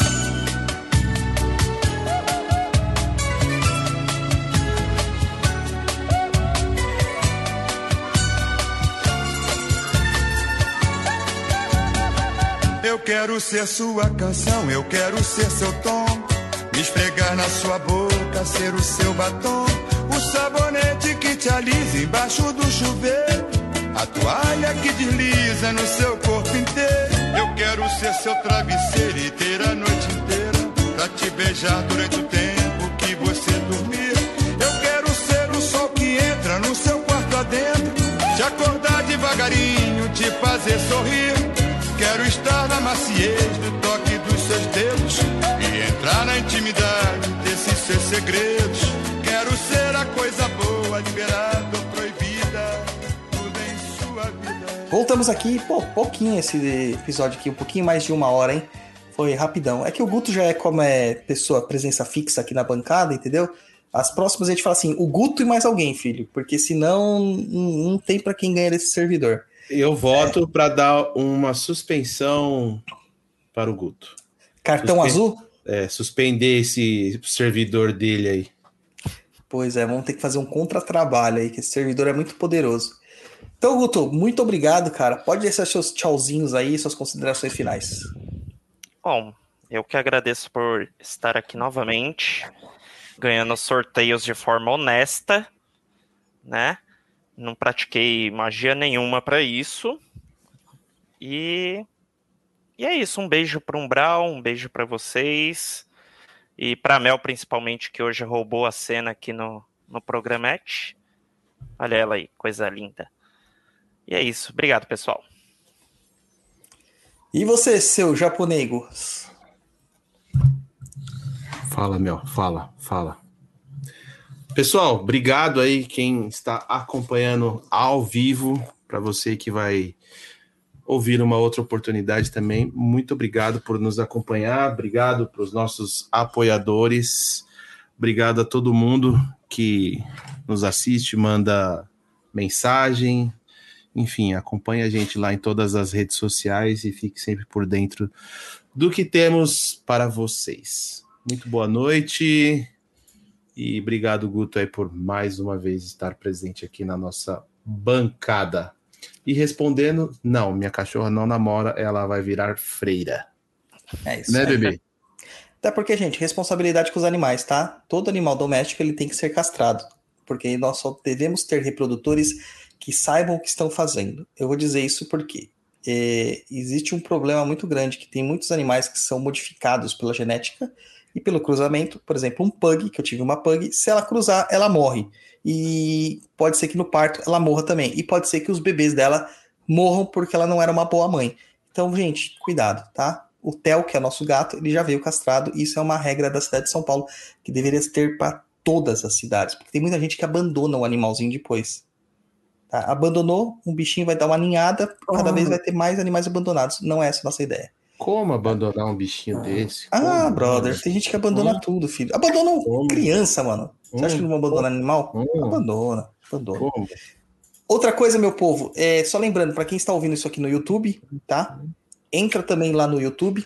Eu quero ser sua canção, eu quero ser seu tom. Me esfregar na sua boca, ser o seu batom. O sabonete que te alisa embaixo do chuveiro. A toalha que desliza no seu corpo inteiro. Eu quero ser seu travesseiro e ter a noite inteira pra te beijar durante o tempo que você dormir. Eu quero ser o sol que entra no seu quarto adentro. Te acordar devagarinho, te fazer sorrir. Quero estar na maciez do toque dos seus dedos e entrar na intimidade desses seus segredos. Quero ser a coisa boa, liberada ou proibida, tudo em sua vida. Voltamos aqui, pô, pouquinho esse episódio aqui, um pouquinho mais de uma hora, hein? Foi rapidão. É que o Guto já é como é pessoa, presença fixa aqui na bancada, entendeu? As próximas a gente fala assim, o Guto e mais alguém, filho, porque senão não, não tem pra quem ganhar esse servidor. Eu voto é. para dar uma suspensão para o Guto. Cartão Suspen... azul? É, suspender esse servidor dele aí. Pois é, vamos ter que fazer um contratrabalho aí, que esse servidor é muito poderoso. Então, Guto, muito obrigado, cara. Pode deixar seus tchauzinhos aí, suas considerações finais. Bom, eu que agradeço por estar aqui novamente, ganhando sorteios de forma honesta, né? Não pratiquei magia nenhuma para isso. E... e é isso. Um beijo para o Umbral, um beijo para vocês. E para a Mel, principalmente, que hoje roubou a cena aqui no, no Programete. Olha ela aí, coisa linda. E é isso. Obrigado, pessoal. E você, seu japonês? Fala, Mel. Fala, fala. Pessoal, obrigado aí quem está acompanhando ao vivo, para você que vai ouvir uma outra oportunidade também. Muito obrigado por nos acompanhar, obrigado para os nossos apoiadores, obrigado a todo mundo que nos assiste, manda mensagem, enfim, acompanha a gente lá em todas as redes sociais e fique sempre por dentro do que temos para vocês. Muito boa noite e obrigado, Guto, aí, por mais uma vez estar presente aqui na nossa bancada. E respondendo, não, minha cachorra não namora, ela vai virar freira. É isso. Né, bebê? Até porque, gente, responsabilidade com os animais, tá? Todo animal doméstico ele tem que ser castrado, porque nós só devemos ter reprodutores que saibam o que estão fazendo. Eu vou dizer isso porque é, existe um problema muito grande, que tem muitos animais que são modificados pela genética e pelo cruzamento. Por exemplo, um pug, que eu tive uma pug, se ela cruzar, ela morre. E pode ser que no parto ela morra também. E pode ser que os bebês dela morram porque ela não era uma boa mãe. Então, gente, cuidado, tá? O Theo, que é nosso gato, ele já veio castrado. E isso é uma regra da cidade de São Paulo que deveria ter para todas as cidades. Porque tem muita gente que abandona o animalzinho depois. Tá? Abandonou, um bichinho vai dar uma ninhada, cada oh. vez vai ter mais animais abandonados. Não é essa a nossa ideia. Como abandonar um bichinho desse? Ah, Como? brother, tem gente que abandona hum. tudo, filho. Abandona Como? criança, mano. Você hum. acha que não vão abandonar animal? Hum. Abandona, abandona. Como? Outra coisa, meu povo, é só lembrando, para quem está ouvindo isso aqui no YouTube, tá? Entra também lá no YouTube,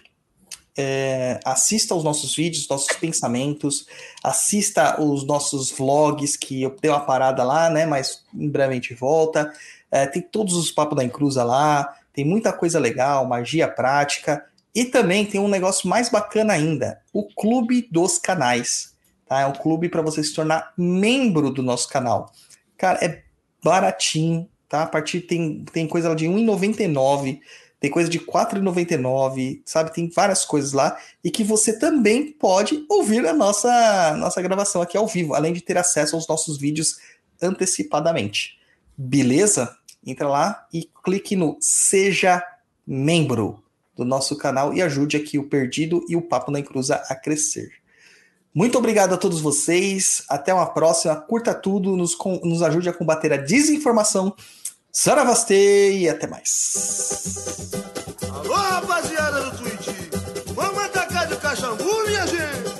é, assista os nossos vídeos, nossos pensamentos, assista os nossos vlogs, que eu dei uma parada lá, né? Mas em breve a gente volta. É, tem todos os papos da Encruza lá, tem muita coisa legal, magia prática. E também tem um negócio mais bacana ainda, o Clube dos Canais. Tá? É um clube para você se tornar membro do nosso canal. Cara, é baratinho, tá? A partir tem, tem coisa de um real e noventa e nove centavos, tem coisa de quatro reais e noventa e nove centavos, sabe? Tem várias coisas lá e que você também pode ouvir a nossa, nossa gravação aqui ao vivo, além de ter acesso aos nossos vídeos antecipadamente. Beleza? Entra lá e clique no Seja Membro do nosso canal e ajude aqui o Perdido e o Papo na Encruza a crescer. Muito obrigado a todos vocês. Até uma próxima. Curta tudo, nos, nos ajude a combater a desinformação. Saravastê e até mais. Alô, rapaziada do Twitch. Vamos atacar de Caxambu, minha gente.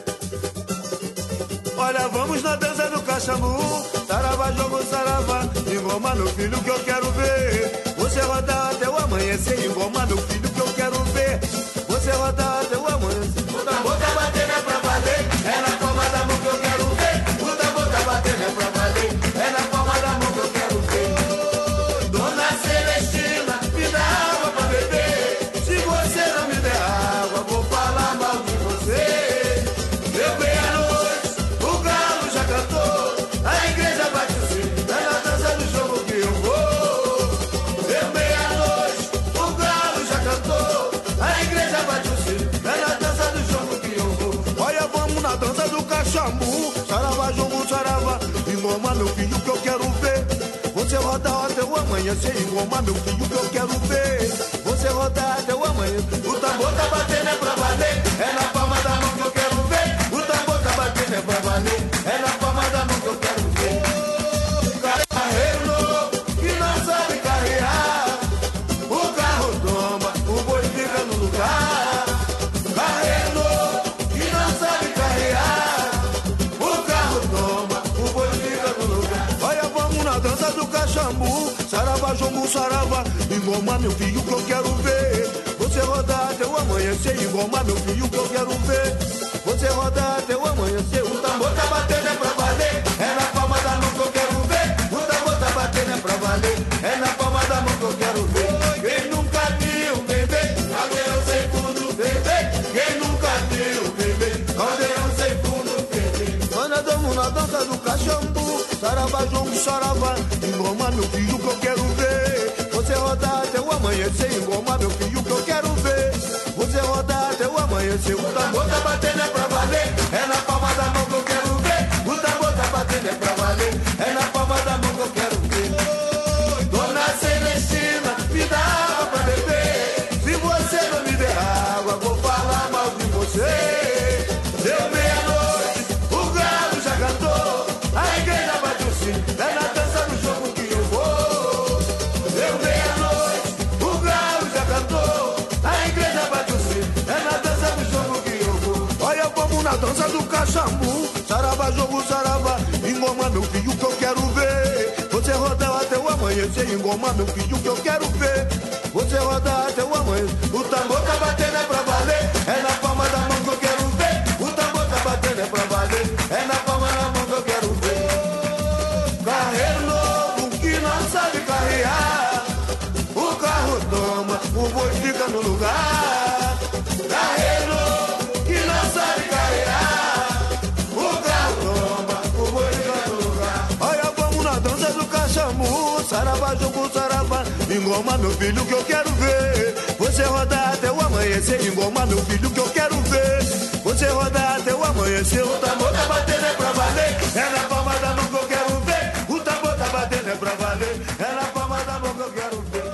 Olha, vamos na dança do Caxambu. Saravá, jogo, saravá. Engoma, meu filho, que eu quero ver. Você rodar até o amanhecer. Engoma, meu filho, que eu quero ver. Você rodar até o amanhecer. O tambor tá batendo, é pra valer. É na palma da mão que eu quero ver. O tambor tá batendo, é pra valer. É na palma da mão que eu quero ver. Dona Celestina, me dá água pra beber. Se você não me der água, vou falar mal de você. Eu bem à noite, o galo já cantou. A igreja bate o sino, é na dança do jogo que eu vou. Eu bem à noite, o galo já cantou. A igreja bate o sino, é na dança do jogo que eu vou. Olha, vamos na dança do Caxambu. Saravá, jogo, saravá. Engoma, meu filho, que eu quero ver. Você rodar até o amanhecer. Engoma, meu filho, que eu quero ver. Você rodar até o amanhecer. O tambor tá batendo, é pra valer. É na palma da mão que eu quero ver. O tambor tá batendo, é pra valer. É na palma da mão que eu quero ver. Carreiro novo, que não sabe carrear. O carro toma, o boi fica no lugar. Carreiro novo, que não sabe carrear. O carro toma, o boi fica no lugar. Olha, vamos na dança do Caxambu. Saravá, jongo, saravá. Engoma, meu filho, que eu quero ver. Você rodar até o amanhecer. Engoma, meu filho, que eu quero ver. Você rodar até o amanhecer. O tambor tá batendo, é pra valer. É na palma da mão que eu quero ver. O tambor tá batendo, é pra valer. É na palma da mão que eu quero ver. Quem nunca viu bebê, caldeirão sem fundo, bebê. Quem nunca viu bebê, caldeirão sem fundo, bebê. Nós nadamos na dança do Caxambu. Saravá, jongo, saravá. Engoma, meu filho, que eu quero ver. Você rodar até o amanhecer. Engoma, meu filho, que eu quero ver. Você rodar até o amanhecer. O tambor tá batendo, é pra valer. É na palma da mão que eu quero ver. O tambor tá batendo, é pra valer. É na palma da mão que eu quero ver. Dona Celestina, me dá água pra beber. Se você não me der água, vou falar mal de você. Deu meia-noite, o galo já cantou. A igreja bate o sino, é na dança do jogo que eu vou. Deu meia-noite, o galo já dança do cachambu. Saravá, jogo, saravá, engoma meu filho que eu quero ver. Você rodar até o amanhecer, engoma meu filho que eu quero ver. Você rodar até o amanhecer, o tambor tá batendo é pra valer. É na palma da mão que eu quero ver. O tambor tá batendo é pra valer. É na palma da mão que eu quero ver. Carreiro novo que não sabe carrear. O carro toma, o boi fica no lugar. Carreiro novo que não sabe carrear. O carro toma, o boi fica no lugar. Olha, vamos na dança do cachambu. Saravá, jogo, saravá, engoma meu filho que eu quero ver. Você rodar até o amanhecer, engoma meu filho que eu quero ver. Você rodar até o amanhecer, o tambor tá batendo é pra valer. É na palma da mão que eu quero ver. O tambor tá batendo é pra valer. É na palma da mão que eu quero ver.